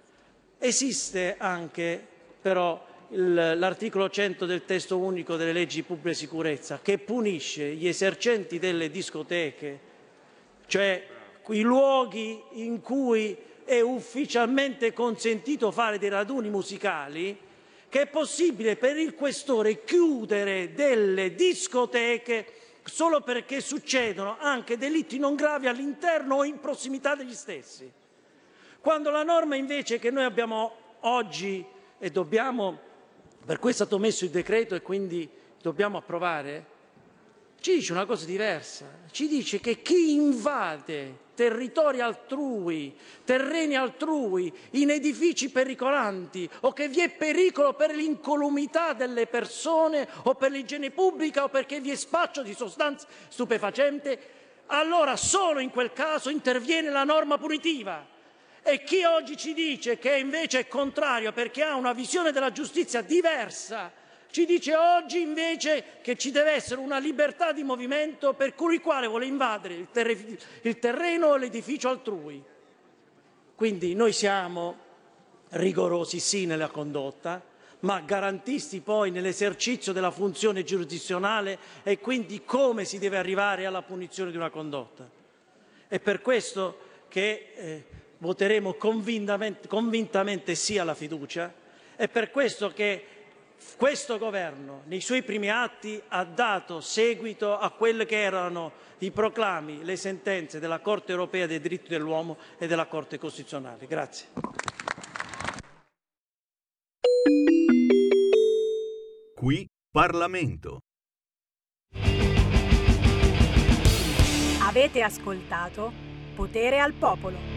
Esiste anche però l'articolo 100 del testo unico delle leggi di pubblica sicurezza che punisce gli esercenti delle discoteche, cioè i luoghi in cui è ufficialmente consentito fare dei raduni musicali, che è possibile per il questore chiudere delle discoteche solo perché succedono anche delitti non gravi all'interno o in prossimità degli stessi. Quando la norma invece che noi abbiamo oggi e dobbiamo, per cui è stato messo il decreto e quindi dobbiamo approvare, ci dice una cosa diversa, ci dice che chi invade territori altrui, terreni altrui, in edifici pericolanti o che vi è pericolo per l'incolumità delle persone o per l'igiene pubblica o perché vi è spaccio di sostanze stupefacenti, allora solo in quel caso interviene la norma punitiva. E chi oggi ci dice che invece è contrario perché ha una visione della giustizia diversa, ci dice oggi invece che ci deve essere una libertà di movimento per cui il quale vuole invadere il terreno o l'edificio altrui. Quindi noi siamo rigorosi sì nella condotta, ma garantisti poi nell'esercizio della funzione giurisdizionale e quindi come si deve arrivare alla punizione di una condotta. È per questo che voteremo convintamente sì alla fiducia, è per questo che questo governo nei suoi primi atti ha dato seguito a quelle che erano i proclami, le sentenze della Corte europea dei diritti dell'uomo e della Corte Costituzionale. Grazie. Qui Parlamento. Avete ascoltato Potere al Popolo.